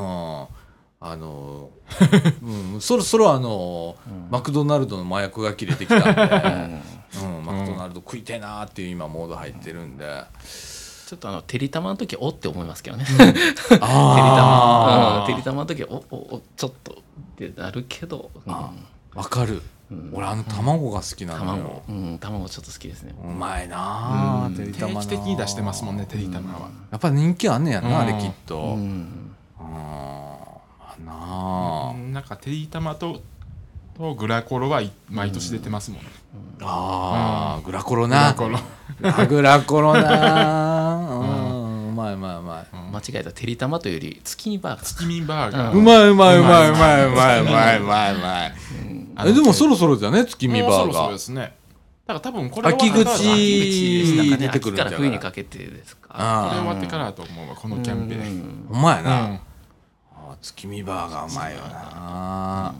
Speaker 1: そろそろマクドナルドの麻薬が切れてきたんで、マクドナルド食いてえなっていう今モード入ってるんで、
Speaker 2: ちょっとてりたまの時おって思いますけどね。てりたまの時おちょっとってなるけど、
Speaker 1: わかる。俺卵が好きなのよ。
Speaker 2: 卵ちょっと好きですね。
Speaker 1: うまいなあ、てりたまな。
Speaker 3: 定期的に出してますもんね、てりたまは。
Speaker 1: やっぱ人気あんねやな、あれきっと。
Speaker 3: なんかてりたまとグラコロは毎年出てますもんね。
Speaker 1: グラコロな。グラコロな。うままいうまいうまい
Speaker 2: 間違えた、てりたまというより月見バーガー。
Speaker 3: 月見バーガー、
Speaker 1: うまいうまいうまいうまいうまいうまいうまいうまいでもそろそろじゃね月見バー
Speaker 3: もうそろそろ
Speaker 1: ガー
Speaker 3: ですね。だから多分これ
Speaker 1: 秋口
Speaker 2: 秋
Speaker 1: 出てくるんじゃない
Speaker 2: から冬にかけてですか。
Speaker 3: これ終わってからだと思うわ、このキャンペーン。
Speaker 1: ほんまやな、
Speaker 3: うん
Speaker 1: 月見バーガーうまいよな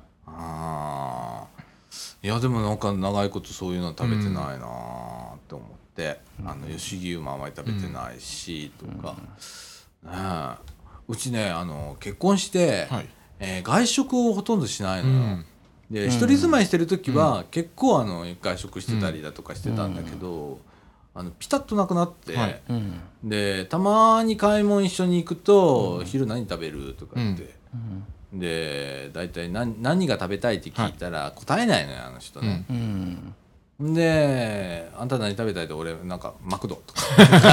Speaker 1: いやでもなんか長いことそういうの食べてないなって思って、吉牛もあまり食べてないし、とか、ねうちね結婚して、
Speaker 3: はい
Speaker 1: 外食をほとんどしないのよ、で一人住まいしてる時は、結構外食してたりだとかしてたんだけど、ピタッとなくなって、
Speaker 3: はい
Speaker 1: でたまに買い物一緒に行くと、昼何食べるとか言って、で大体何が食べたいって聞いたら答えないのよあの人ね、であんた何食べたいって俺なんかマクドとか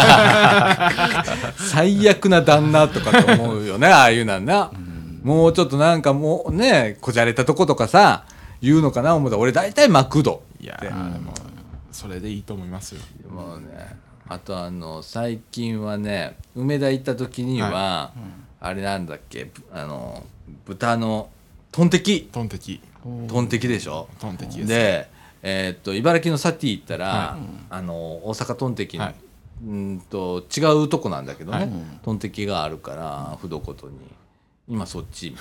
Speaker 1: 最悪な旦那とかと思うよねああいうなんな、もうちょっとなんかもうねこじゃれたとことかさ言うのかな思ったら俺大体マクド
Speaker 3: いやもうそれでいいと思いますよ。
Speaker 1: もうねあと最近はね梅田行った時には、あれなんだっけ豚のトンテキ
Speaker 3: トンテキ
Speaker 1: でしょ。
Speaker 3: トンテキです。
Speaker 1: で茨城のサティ行ったら、大阪トンテキの、違うとこなんだけどね、トンテキがあるから不どことに今そっち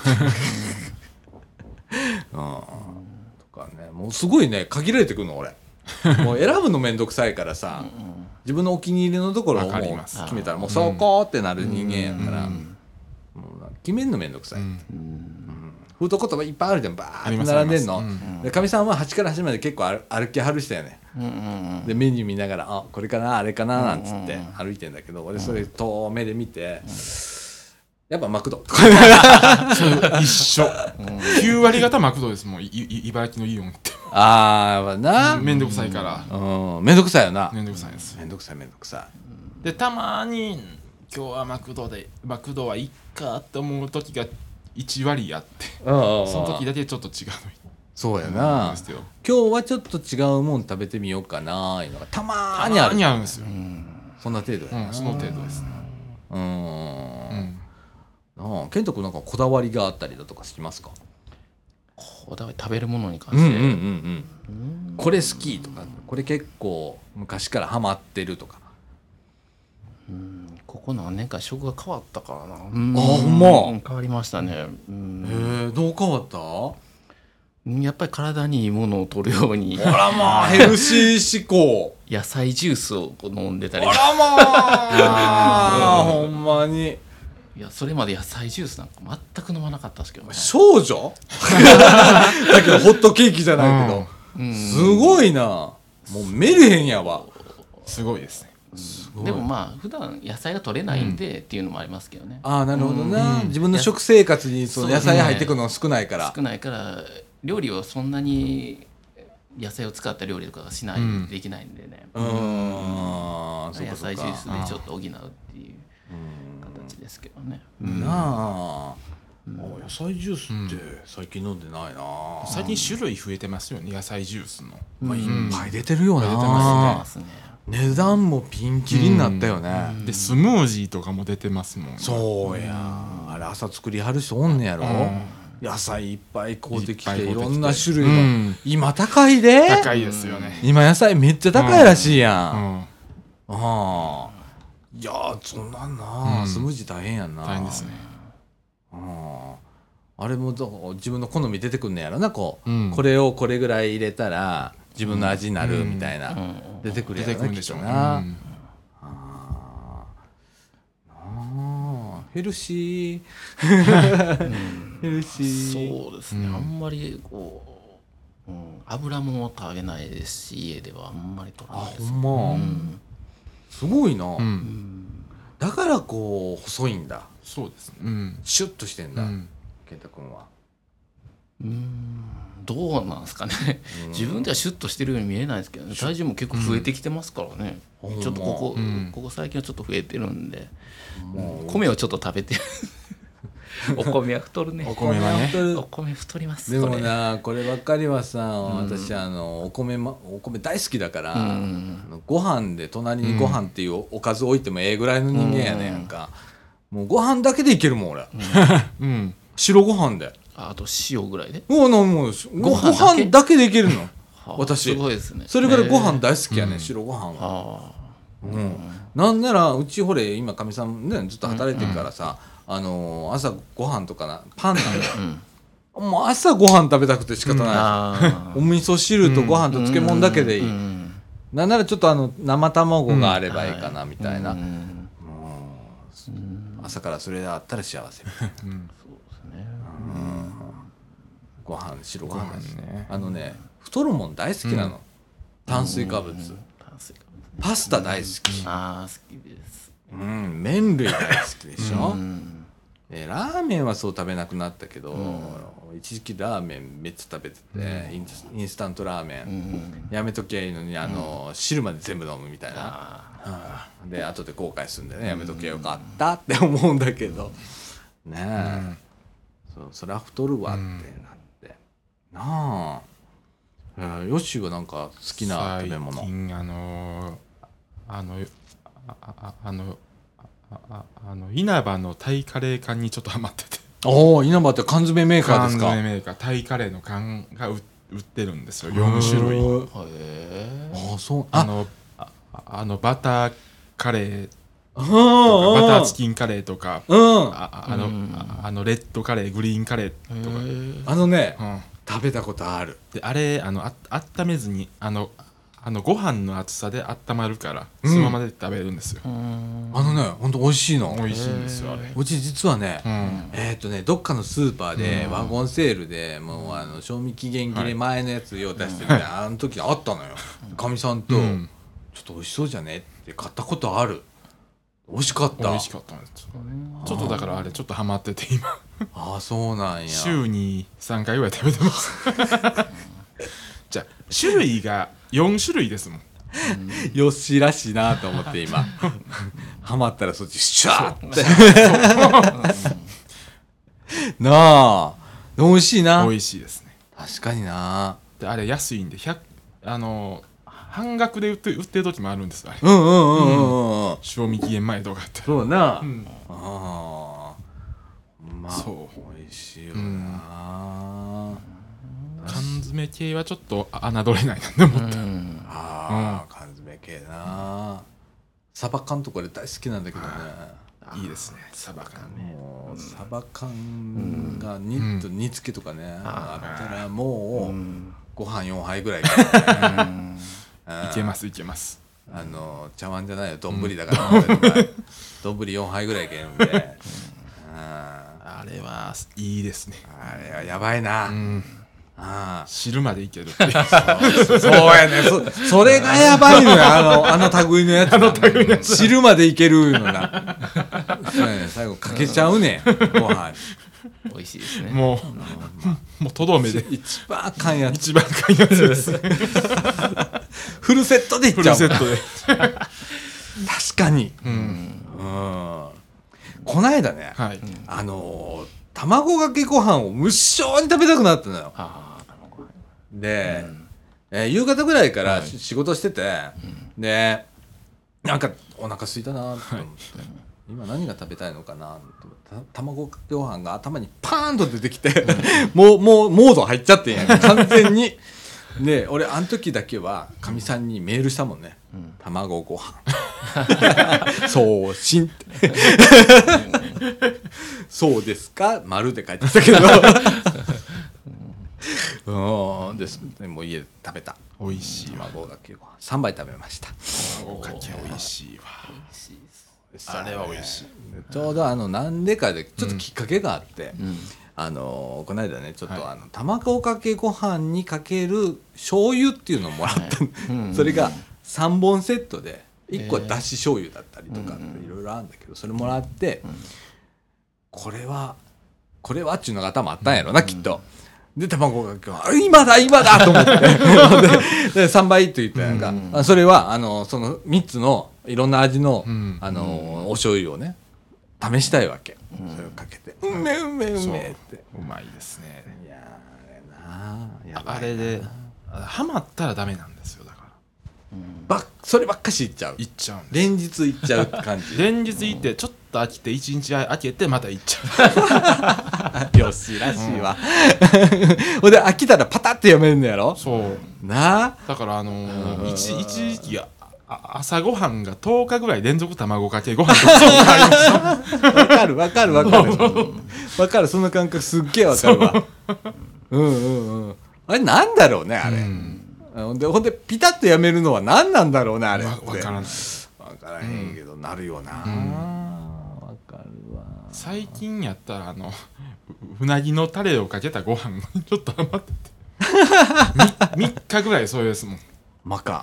Speaker 1: とかねもうすごいね限られてくるの俺もう選ぶのめんどくさいからさ自分のお気に入りのところをもう決めたらもうそこってなる人間やから、もう決めんのめんどくさい、フードコートいっぱいあるじゃんバーって並んでんの、でかみさんは端から端まで結構歩きはる人やね、でメニュー見ながらあこれかなあれかななんつって歩いてんだけど、俺それ遠目で見て、やっぱマクドとか
Speaker 3: 一緒、9割方マクドですもん茨城のイオンって
Speaker 1: やっぱな
Speaker 3: めんどくさいから、
Speaker 1: めんどくさいよな、
Speaker 3: めんどくさいです。
Speaker 1: めんどくさい
Speaker 3: でたまに今日はマクドはいっかって思う時が1割あって、その時だけちょっと違うの
Speaker 1: そうやな、今日はちょっと違うもん食べてみようかないうのがたまーにある
Speaker 3: んですよ、
Speaker 1: そんな程度やな、
Speaker 3: その程度ですね。
Speaker 1: 健人君なんかこだわりがあったりだとかしますか？
Speaker 2: こだわり食べるものに関して、
Speaker 1: これ好きとかこれ結構昔からハマってるとか。
Speaker 2: ここ何年か食が変わったからな。
Speaker 1: ほんま
Speaker 2: 変わりましたね。
Speaker 1: どう変わった？
Speaker 2: やっぱり体にいいものを取るように。
Speaker 1: あらまあヘルシー志向。
Speaker 2: 野菜ジュースを飲んでたり。
Speaker 1: あらまあほんまに。
Speaker 2: いやそれまで野菜ジュースなんか全く飲まなかったですけどね。
Speaker 1: 少女？だけどホットケーキじゃないけど、すごいな。もうメルヘンやわ。
Speaker 3: すごいですね。
Speaker 2: でもまあ普段野菜が取れないんでっていうのもありますけどね。
Speaker 1: ああなるほどな。自分の食生活にその野菜入ってくるの少ないから。
Speaker 2: 少ないから料理をそんなに野菜を使った料理とかがしない、できないんでね。野菜ジュースでちょっと補うっていう形ですけどね。
Speaker 1: なあ。野菜ジュースって最近飲んでないな。
Speaker 3: 最近種類増えてますよね野菜ジュースの。
Speaker 1: いっぱい出てるよな。
Speaker 3: 出てますね。
Speaker 1: 値段もピンキリになったよね。
Speaker 3: でスムージーとかも出てますもんね。
Speaker 1: そうや。あれ朝作りはる人おんねやろ。野菜いっぱい買うてきていろんな種類が今高いで。
Speaker 3: 高いですよね。
Speaker 1: 今野菜めっちゃ高いらしいやん。いやそんなんなスムージー大変やんな。
Speaker 3: 大変ですね。
Speaker 1: あれも自分の好み出てくんねやろなこれをこれぐらい入れたら自分の味になるみたいな出てくるやろなきっとな。ヘルシーヘルシー。
Speaker 2: そうですね、あんまりこう、油もの食べないですし家ではあんまり取らないです。
Speaker 1: ほんま、すごいな、だからこう細いんだ。
Speaker 3: そうですね、
Speaker 1: シュッとしてんだ、健太君は。
Speaker 2: どうなんですかね自分ではシュッとしてるように見えないですけどね。体重も結構増えてきてますからね、ちょっとここ最近はちょっと増えてるんで、米をちょっと食べてお米は太るね。
Speaker 3: お米はね
Speaker 2: お米太ります。
Speaker 1: でもなこればっかりはさ、
Speaker 2: うん
Speaker 1: 私お米大好きだから、ご飯で隣にご飯っていうおかず置いてもええぐらいの人間やねやんか、もうご飯だけでいけるもん俺、白ご飯で、
Speaker 2: あと塩ぐらいで。
Speaker 1: もうご飯だけでいけるの私。
Speaker 2: すごいですね。
Speaker 1: それからご飯大好きやね、白ご飯は。なんならうちほれ今かみさんねずっと働いてるからさ、朝ご飯とかパンなんだよ、もう朝ご飯食べたくて仕方ない、お味噌汁とご飯と漬物だけでいい、なんならちょっと生卵があればいいかなみたいな、朝からそれあったら幸せ。ご飯白ご飯ね、太るもん大好きなの、炭水化物、パスタ大好き、
Speaker 2: 好きです。
Speaker 1: 麺類大好きでしょ、ラーメンはそう食べなくなったけど、一時期ラーメンめっちゃ食べてて、インスタントラーメン、やめときゃいいのに汁まで全部飲むみたいな、で後で後悔するんでね、やめときゃよかったって思うんだけどねえ、そりゃ太るわってなってなあ。ヨッシーはなんか好きな食べ物？
Speaker 3: 最近稲葉のタイカレー缶にちょっとハマってて。
Speaker 1: 稲葉って缶詰メーカーですか？
Speaker 3: 缶詰メーカー、タイカレーの缶が売ってるんですよ、4種類。
Speaker 1: そう。
Speaker 3: バターカレーとかバターチキンカレーとか、レッドカレー、グリーンカレーとか、
Speaker 1: 食べたことある。
Speaker 3: であれ温めずにご飯の厚さで温まるからそのままで食べるんですよ。
Speaker 1: ほんと美味しいの。
Speaker 3: 美味しいんですよあれ。
Speaker 1: うち実はね、どっかのスーパーでワゴンセールでもう賞味期限切れ前のやつを出してて、あの時あったのよ。かみさんとちょっと美味しそうじゃねって買ったことある。美味しかった。
Speaker 3: 美味しかったんです。ちょっとだからあれちょっとハマってて今。
Speaker 1: そうなんや。
Speaker 3: 週に3回ぐらい食べてます。じゃあ種類が4種類ですもん。
Speaker 1: よっしーらしいなと思って今ハマったらそっちシャーってなあ、美味しいな。
Speaker 3: 美味しいですね。
Speaker 1: 確かにな。
Speaker 3: であれ安いんで半額で売ってる時もあるんですあれ。賞味期限前とかって。
Speaker 1: そうな。
Speaker 3: そう
Speaker 1: 美味しいよな。
Speaker 3: 缶詰系はちょっと侮れないなって思って。
Speaker 1: 缶詰系な。サバ缶とかで大好きなんだけどね。
Speaker 3: いいですね、サバ缶ね。
Speaker 1: サバ缶が煮つけとかねあったらもうご飯4杯ぐらいい
Speaker 3: けますいけます。
Speaker 1: 茶碗じゃないよ、丼だから丼4杯ぐらいいけるんで
Speaker 3: あれはいいですね。
Speaker 1: あれはやばいな。
Speaker 3: 汁までいけるって
Speaker 1: そうやね。それがやばいのよ。類のやつ。汁までいけるのが。最後かけちゃうねん。ご飯。
Speaker 2: 美味しいですね。
Speaker 3: もうとどめで
Speaker 1: 一番あかんやつ。
Speaker 3: 一番あかんやつです。
Speaker 1: フルセットでいっちゃう。
Speaker 3: フルセットで。
Speaker 1: 確かに。こないだね。卵かけご飯を無性に食べたくなったのよ。で、夕方ぐらいから仕事してて、でなんかお腹空いたなと思って、今何が食べたいのかなと思って、卵かけご飯が頭にパーンと出てきてもうモード入っちゃってんやん完全に。で俺あの時だけはかみさんにメールしたもんね、卵ご飯送信ってそうですか丸で書いてたけどでもう家で食べた。
Speaker 3: 美味しい
Speaker 1: 卵かけご飯3杯食べました。
Speaker 3: 卵かけ美味しいわ。
Speaker 1: あれは美味しい。ちょうどなんでかでちょっときっかけがあって、この間ねちょっと卵かけご飯にかける醤油っていうのをもらったそれが3本セットで1個はだし醤油だったりとかいろいろあるんだけど、それもらってこれはっていうのが頭あったんやろなきっと。で卵かけご飯今だと思ってで3倍と言ったやんか、それはその3つのいろんな味のお醤油をね試したいわけ、それをかけてうめうめうめって
Speaker 3: うまいですね。
Speaker 1: いやあれなやばいな
Speaker 3: あれでハマったらダメなんですよ。だから
Speaker 1: そればっかしいっちゃう、
Speaker 3: 行っちゃうんです。
Speaker 1: 連日いっちゃうって感じ
Speaker 3: 連日行ってちょっと飽きて1日空けてまた行っちゃ
Speaker 1: よしらしいわほんで飽きたらパタッてやめるんのやろ。
Speaker 3: う。そう
Speaker 1: な
Speaker 3: だから一時期朝ごはんが10日ぐらい連続卵かけご飯とかそうなりました
Speaker 1: わかるわかるわかるわかる、その感覚すっげえわかるわ。あれなんだろうねあれ、ほんでピタッとやめるのは何なんだろうねあれって。
Speaker 3: わからない。
Speaker 1: わからへんけど、なるよな。わかるわ。
Speaker 3: 最近やったらうなぎのタレをかけたご飯がちょっと余ってて3日ぐらいそうですもん。
Speaker 1: まか、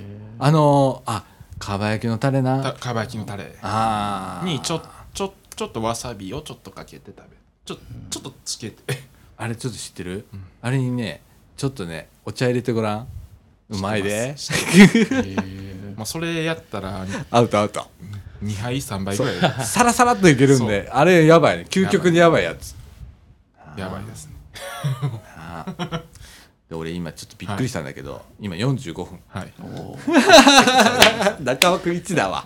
Speaker 1: かば焼きのタレな、
Speaker 3: かば焼きのタレにちょっとわさびをちょっとかけて食べる、ちょっとつけて
Speaker 1: あれちょっと知ってる、あれにねちょっとねお茶入れてごらん、うまいで。
Speaker 3: まあそれやったら
Speaker 1: アウト
Speaker 3: 2杯3杯ぐらい
Speaker 1: サラサラっといけるんで、あれやばいね、究極にやばいやつ。
Speaker 3: やばいですね。
Speaker 1: で俺今ちょっとびっくりしたんだけど、今45分。
Speaker 3: はい。
Speaker 1: 中枠1だわ。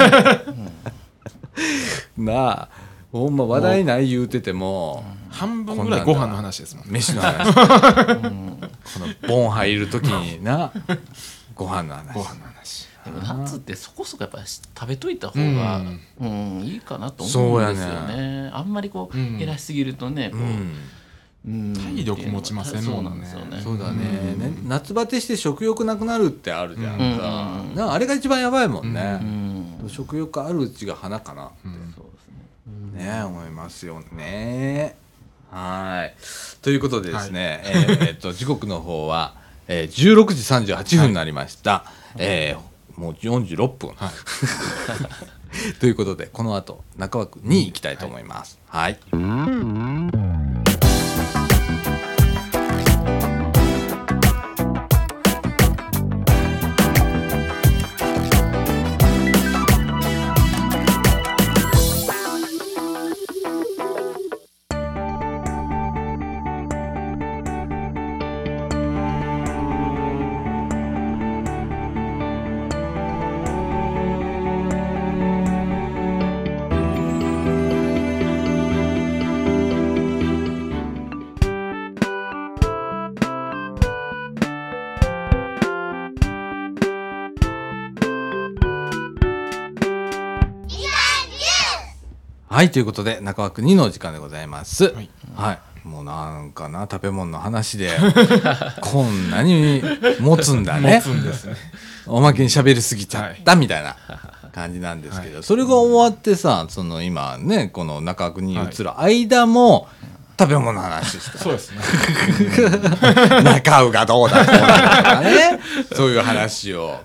Speaker 1: なあ、ほんま話題ない言うてても
Speaker 3: 半分ぐらいご飯の話ですもん。
Speaker 1: 飯の話。このボン入る時にな、ご飯の話。
Speaker 2: でも夏ってそこそこやっぱり食べといた方がいいかなと思うんですよね。あんまりこう減らしすぎるとね、
Speaker 3: 体力持ちませんもんね。
Speaker 1: そうだね。夏バテして食欲なくなるってあるじゃんか。あれが一番やばいもんね。食欲あるうちが花かなってね思いますよね。はい。ということでですね、時刻の方は16時38分になりました。もう46分。ということでこの後中枠に行きたいと思います。はい。はい、ということで中枠2の時間でございます。はい、もうなんかな、食べ物の話でこんなに持つんだね。
Speaker 3: 持つんですね。
Speaker 1: おまけに喋りすぎちゃったみたいな感じなんですけど、それが終わってさ、その今ねこの中枠に移る間も食べ物の話して、
Speaker 3: そうですね。
Speaker 1: 中尾がどうだこうだとかね、そういう話を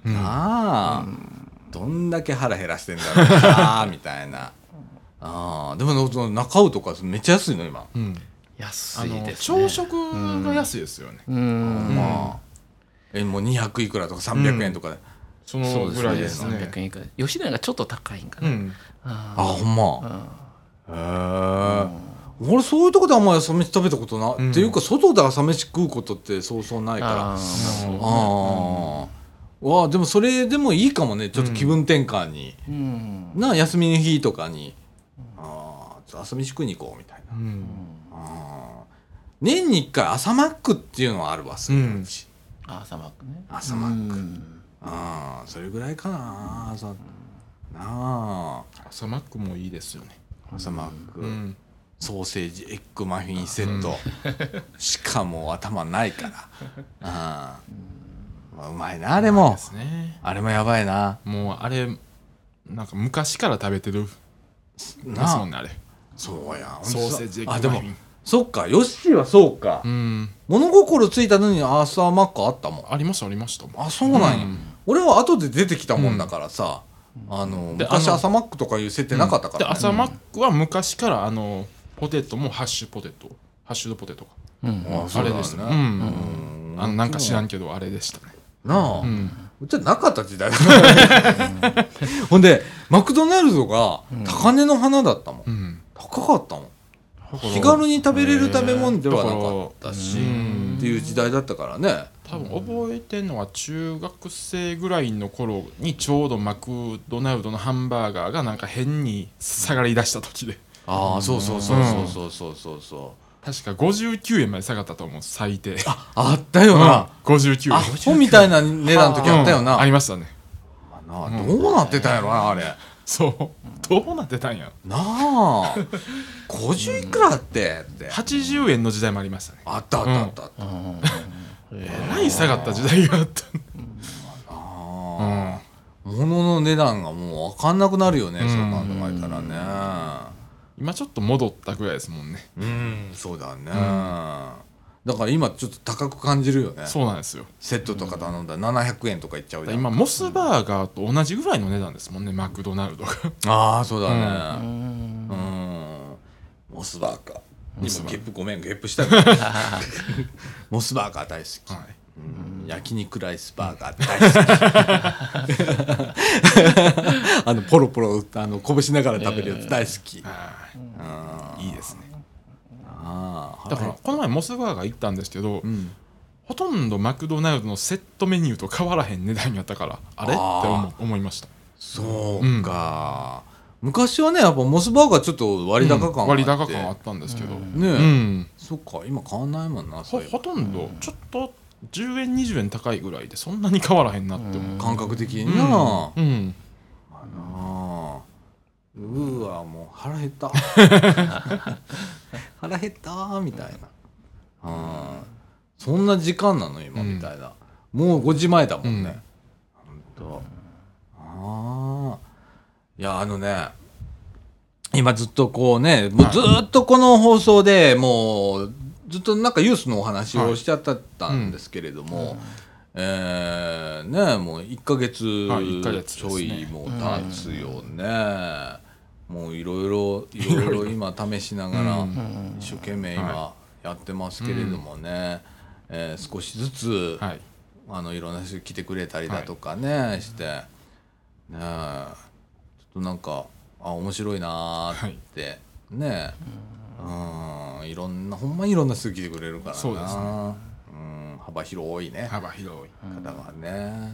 Speaker 1: どんだけ腹減らしてんだろうなみたいな。でも中尾とかめっちゃ安いの今。
Speaker 2: 安いですね。
Speaker 3: 朝食が安いですよね。
Speaker 1: もう200いくらとか300円とかで、
Speaker 3: そのぐらいですね。
Speaker 2: 300円以下で吉野家がちょっと高いんかな。
Speaker 1: ほんま。俺そういうとこであんまり朝飯食べたことな、っていうか外で朝飯食うことってそうそうないから。でもそれでもいいかもね、ちょっと気分転換に、休みの日とかに朝飯食いに行こうみたいな。年に1回朝マックっていうのはあるわ、すぐうち。
Speaker 2: 朝マックね。
Speaker 1: 朝マック。それぐらいかな。
Speaker 3: 朝マックもいいですよね。
Speaker 1: 朝マック、ソーセージエッグマフィンセット、しかも頭ないから。うまいなあれも。あれもやばいな。
Speaker 3: もうあれなんか昔から食べてるですもんねあれ。
Speaker 1: そうや。
Speaker 3: ソーセージエッグマフィン。
Speaker 1: そっか、ヨッシーはそうか。物心ついたのに朝マックあったもん。
Speaker 3: ありました。
Speaker 1: そうなんや。俺は後で出てきたもんだからさ、昔朝マックとかいう設定なかったからね。
Speaker 3: 朝マックは昔からポテトもハッシュドポテトか、あれでしたね。なんか知らんけどあれでしたね。
Speaker 1: なあ、 うちはなかった時代だからほんでマクドナルドが高値の花だったもん、うん、高かったもん。気軽に食べれる食べ物ではなかったし、っていう時代だったからね。
Speaker 3: 多分覚えてるのは中学生ぐらいの頃にちょうどマクドナルドのハンバーガーがなんか変に下がり出した時で、
Speaker 1: ああそうそうそうそうそうそうそう、
Speaker 3: 確か59円まで下がったと思う、最低。
Speaker 1: あったよな、
Speaker 3: うん、59円。
Speaker 1: アホみたいな値段の時あったよな、
Speaker 3: うん、ありましたね。
Speaker 1: どうなってたんやろなあれ。
Speaker 3: そうどうなってたんや
Speaker 1: なあ50いくらって
Speaker 3: 80円の時代もありましたね。
Speaker 1: あったあったあったあった、
Speaker 3: えらい下がった時代があった。
Speaker 1: 物の値段がもう分かんなくなるよね、そう考えたらね。
Speaker 3: 今ちょっと戻ったぐらいですもんね。
Speaker 1: そうだね、だから今ちょっと高く感じるよね。
Speaker 3: そうなんですよ。
Speaker 1: セットとか頼んだら700円とかいっちゃうじゃん。
Speaker 3: 今モスバーガーと同じぐらいの値段ですもんね、マクドナルドが。
Speaker 1: ああそうだね、モスバーガー、今ゲップごめんゲップしたモスバーガー大好き、はい、焼肉ライスバーガー大好きポロポロこぼしながら食べるやつ大好き、
Speaker 3: いいですね。だからこの前モスバーガー行ったんですけど、ほとんどマクドナルドのセットメニューと変わらへん値段やったからあれって思いました。
Speaker 1: そうか、昔はねやっぱモスバーガーちょっと割高感
Speaker 3: 割高感あったんですけど
Speaker 1: ね、そっか今変わんないもんな。
Speaker 3: ほとんどちょっと10円20円高いぐらいでそんなに変わらへんなって思う、
Speaker 1: 感覚的にな。うわもう腹減った腹減ったみたいな、そんな時間なの今みたいな、もう5時前だもんね、ほんと。いや今ずっとこうね、もうずっとこの放送でもうずっとなんかユースのお話をしちゃったんですけれども、もう1ヶ月ちょいもう経つよね。もういろいろ今試しながら一生懸命今やってますけれどもね、少しずついろんな人来てくれたりだとかねしてね、ちょっとなんか面白いなーってね、いろんなほんまにいろんな人来てくれるからな。
Speaker 3: そうですね、
Speaker 1: 幅広いね、
Speaker 3: 幅広い
Speaker 1: 方がね、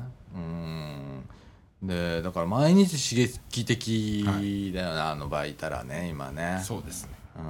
Speaker 1: でだから毎日刺激的だよな、場合いたらね今ね。
Speaker 3: そうですね。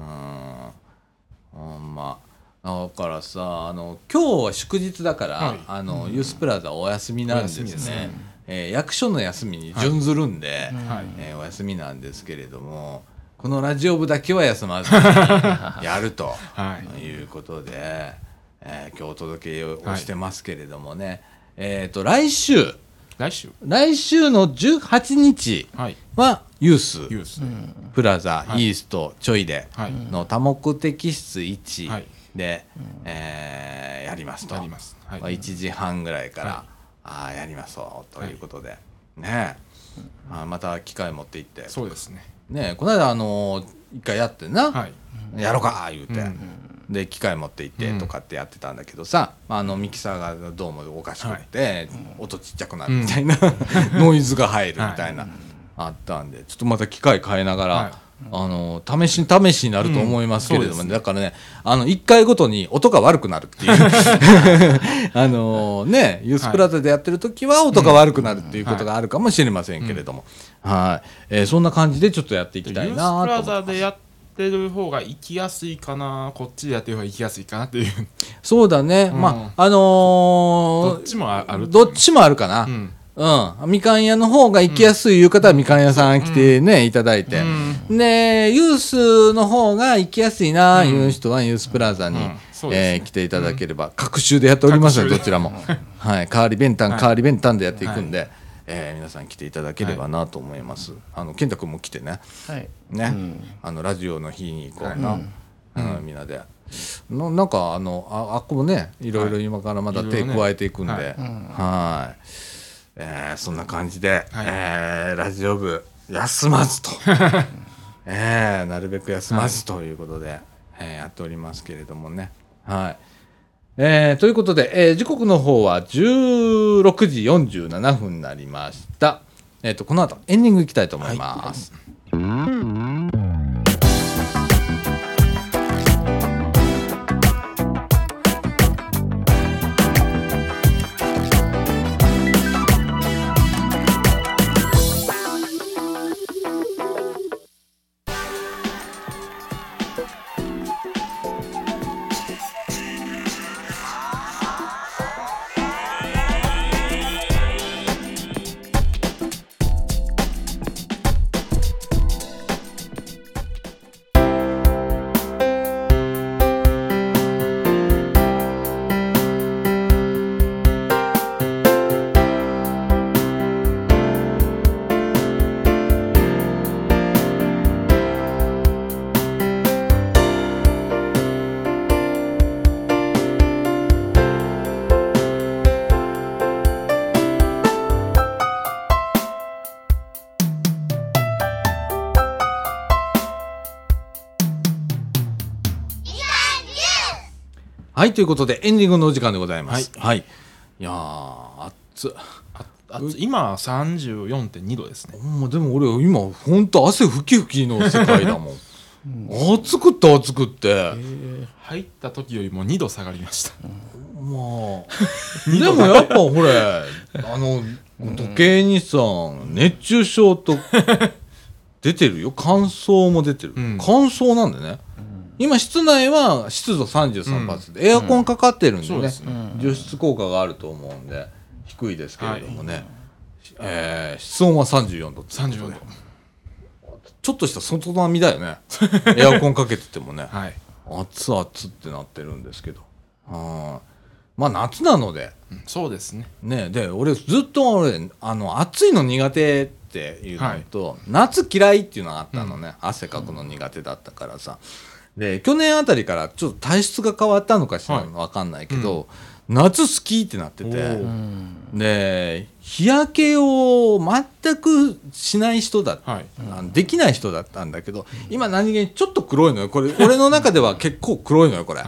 Speaker 1: まあだからさ今日は祝日だから、ユースプラザお休みなんですね。役所の休みに準ずるんで、お休みなんですけれども、このラジオ部だけは休まずにやるということで、今日お届けをしてますけれどもね、来週の18日はユースプラザイーストちょいでの多目的室1でやりますと、1時半ぐらいからやりますということでね、また機械持って行って。
Speaker 3: そうです
Speaker 1: ね、この間一回やってな、やろうか言うて、で機械持って行ってとかってやってたんだけどさ、ミキサーがどうもおかしくて、音ちっちゃくなるみたいな、ノイズが入るみたいな、あったんでちょっとまた機械変えながら、試しになると思いますけれども、だからね1回ごとに音が悪くなるっていうユースプラザでやってる時は音が悪くなるっていうことがあるかもしれませんけれども、そんな感じでちょっとやっていきたいなと思います。
Speaker 3: ユースプラザでやってる方が行きやすいかな、こっちでやってる方が行きやすいかなっていう。
Speaker 1: そうだね、どっちもあるかな。みかん屋の方が行きやすいいう方はみかん屋さん来てね、いただいて、でユースの方が行きやすいないう人はユースプラザに来ていただければ、各週でやっておりますのでどちらも代わり弁当でやっていくんで、皆さん来ていただければなと思います。健太君も来てね、ラジオの日にこうな、みんなでなんかあっこもねいろいろ今からまた手加えていくんで、そんな感じで、ラジオ部休まずと、なるべく休まずということで、やっておりますけれどもね、 ということで、時刻の方は16時47分になりました。この後エンディングいきたいと思います。はい、ということでエンディングのお時間でございます。はい。いやー、
Speaker 3: 今 34.2 度ですね。
Speaker 1: でも俺今ほんと汗ふきふきの世界だもん。暑くって暑くって。
Speaker 3: 入った時よりも2度下がりました。
Speaker 1: まあでもやっぱほれ時計にさ熱中症と出てるよ。乾燥も出てる。乾燥なんでね。今室内は湿度 33% でエアコンかかってるんでね、除湿効果があると思うんで低いですけれどもね、室温は34度
Speaker 3: 34度
Speaker 1: ちょっとした外並みだよねエアコンかけててもね、熱々ってなってるんですけど、まあ夏なので、
Speaker 3: そうですね。
Speaker 1: で俺ずっと暑いの苦手っていうのと、夏嫌いっていうのがあったのね、汗かくの苦手だったからさ。で去年あたりからちょっと体質が変わったのかしら分かんないけど、夏好きってなってて、で日焼けを全くしない人だ、できない人だったんだけど、今何気にちょっと黒いのよこれ俺の中では結構黒いのよこれ、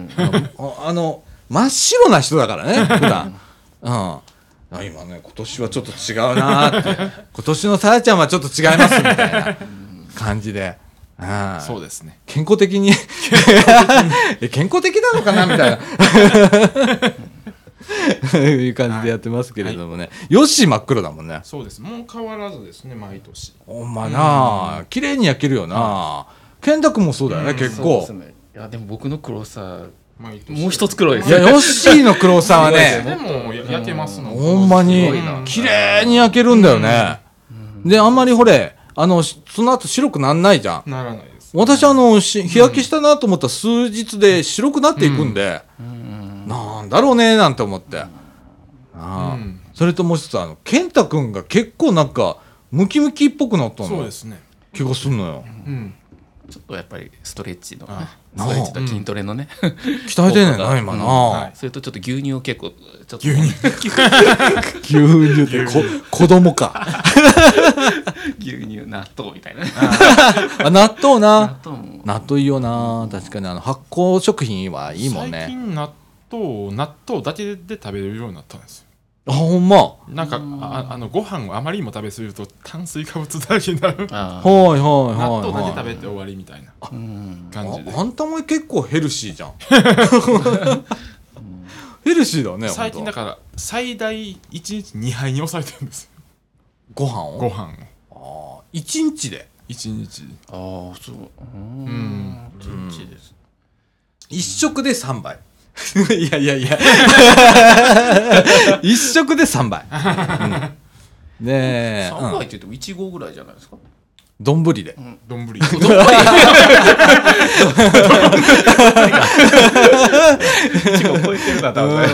Speaker 1: 真っ白な人だからね普段今ね今年はちょっと違うなって今年のさやちゃんはちょっと違いますみたいな感じで。
Speaker 3: そうですね。
Speaker 1: 健康的に健康的なのかなみたいないう感じでやってますけれどもね、よし真っ黒だもんね。
Speaker 3: そうです。もう変わらずですね毎年。
Speaker 1: ほんまな綺麗に焼けるよな。健太君もそうだよね結構。
Speaker 2: いやでも僕の黒さもう一つ黒いです。
Speaker 1: いやヨッシーの黒さはね
Speaker 3: でも焼けますの。
Speaker 1: ほんまに綺麗に焼けるんだよね。であんまりほれその後白くなんないじゃん。
Speaker 3: ならないです。
Speaker 1: 私日焼けしたなと思ったら数日で白くなっていくんで、なんだろうねなんて思って、それともう一つ健太くんが結構なんかムキムキっぽくなったの。
Speaker 3: そうですね。
Speaker 1: 気がすんのよ。
Speaker 2: ちょっとやっぱりストレッチと筋トレのね
Speaker 1: 鍛えてんねんな今な。
Speaker 2: それとちょっと牛乳を結構ちょっと
Speaker 1: 牛乳って子供か
Speaker 2: 牛乳納豆みたいな
Speaker 1: 納豆な。納豆いいよな。確かに発酵食品はいいもんね。
Speaker 3: 最近納豆だけで食べれるようになったんですよ。
Speaker 1: ほんま。
Speaker 3: なんかご飯をあまりにも食べ過ぎると炭水化物だらけになる。
Speaker 1: 納
Speaker 3: 豆だけ食べて終わりみたいな感じで。
Speaker 1: あんたも結構ヘルシーじゃんヘルシーだね。
Speaker 3: 最近だから最大1日2杯に抑えてるんですよ。
Speaker 1: ご飯を1日で
Speaker 2: 1日です
Speaker 1: 1食で3杯いや1食で3杯ねえ
Speaker 2: 3杯って言っても1合ぐらいじゃないですか。
Speaker 1: 丼で
Speaker 3: 丼
Speaker 2: 超えてるな多分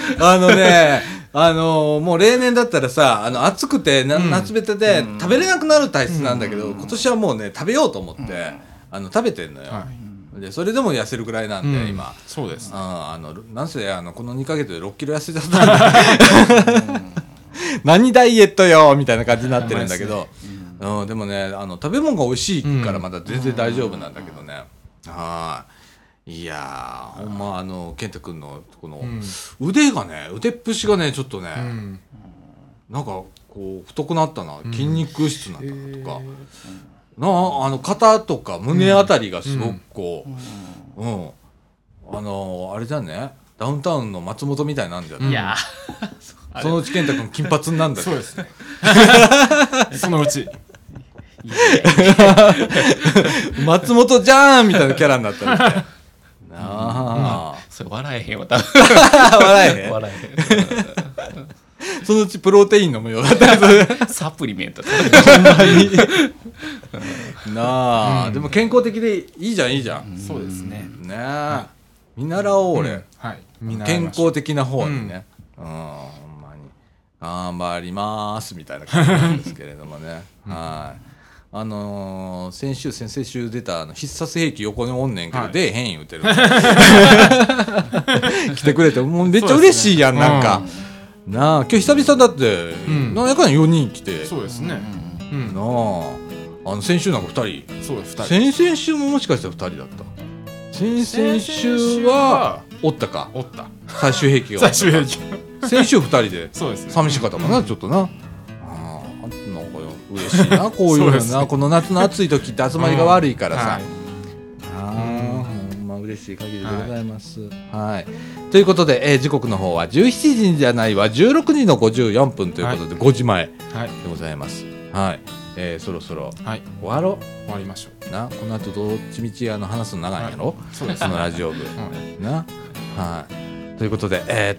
Speaker 1: もう例年だったらさ暑くて夏ベタで食べれなくなる体質なんだけど、今年はもうね食べようと思って食べてんのよ。でそれでも痩せるぐらいなんで今。
Speaker 3: そうです。
Speaker 1: なんせこの2ヶ月で6キロ痩せちゃったんで何ダイエットよみたいな感じになってるんだけど、でもね食べ物が美味しいからまだ全然大丈夫なんだけどね。 いやーほんま健太君のこの腕がね、腕っぷしがねちょっとね、なんかこう太くなったな、筋肉質になったなとか、肩とか胸あたりがすごくこう、あれじゃね、ダウンタウンの松本みたいなんじゃない、
Speaker 2: いや
Speaker 1: そのうち健太君金髪になんだ
Speaker 3: そうですねそのうち
Speaker 1: 松本じゃーんみたいなキャラになったみたいなあ、
Speaker 2: それ笑えへんわ多分
Speaker 1: 笑えへん
Speaker 2: 笑えへん
Speaker 1: そのうちプロテイン飲むようだった
Speaker 2: サプリメント
Speaker 1: なあ、でも健康的でいいじゃんいいじゃん、
Speaker 3: そうですね。
Speaker 1: ねえ、見習おう俺、
Speaker 3: はい。
Speaker 1: 健康的な方にね、ほんまに頑張りますみたいな感じなんですけれどもねはい、先々週出た必殺兵器横におんねんけど、出えへん言うてる来てくれてもうめっちゃ嬉しいやん、なんか、なあ今日久々だって、なんやかんや4人来て、
Speaker 3: そうですね。
Speaker 1: なあ先週なんか2人、
Speaker 3: そうです2人。
Speaker 1: 先々週ももしかしたら2人だった、先々週はおったか、
Speaker 3: おった
Speaker 1: 最終兵器が
Speaker 3: 最終兵器
Speaker 1: 先週2人で
Speaker 3: そうですね。
Speaker 1: 寂しかったかな、ちょっとな、なんか嬉しいなこういうのな、この夏の暑い時って集まりが悪いからさ、ほんま嬉しい限りでございます、はいということで、時刻の方は17時じゃないわ16時の54分ということで、5時前でございます。はい、そろそろ終わろう、
Speaker 3: 終わりましょう
Speaker 1: な。この後どっちみち話すの長いんやろ、
Speaker 3: そうです
Speaker 1: そのラジオ部、な、はい、ということでね、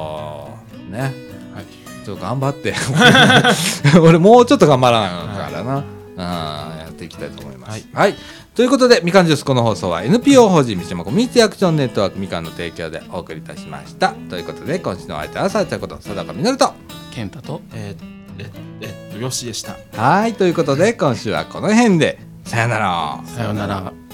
Speaker 1: ちょっと頑張って俺もうちょっと頑張らないからな、やっていきたいと思います。はい、ということでみかんジュース、この放送は NPO 法人三島コミュニティアクションネットワークみかんの提供でお送りいたしました。ということで今週の相手はさあちゃんこと佐高みのると
Speaker 2: 健太と
Speaker 3: よしでした。
Speaker 1: はい、ということで今週はこの辺でさよなら。
Speaker 2: さよなら。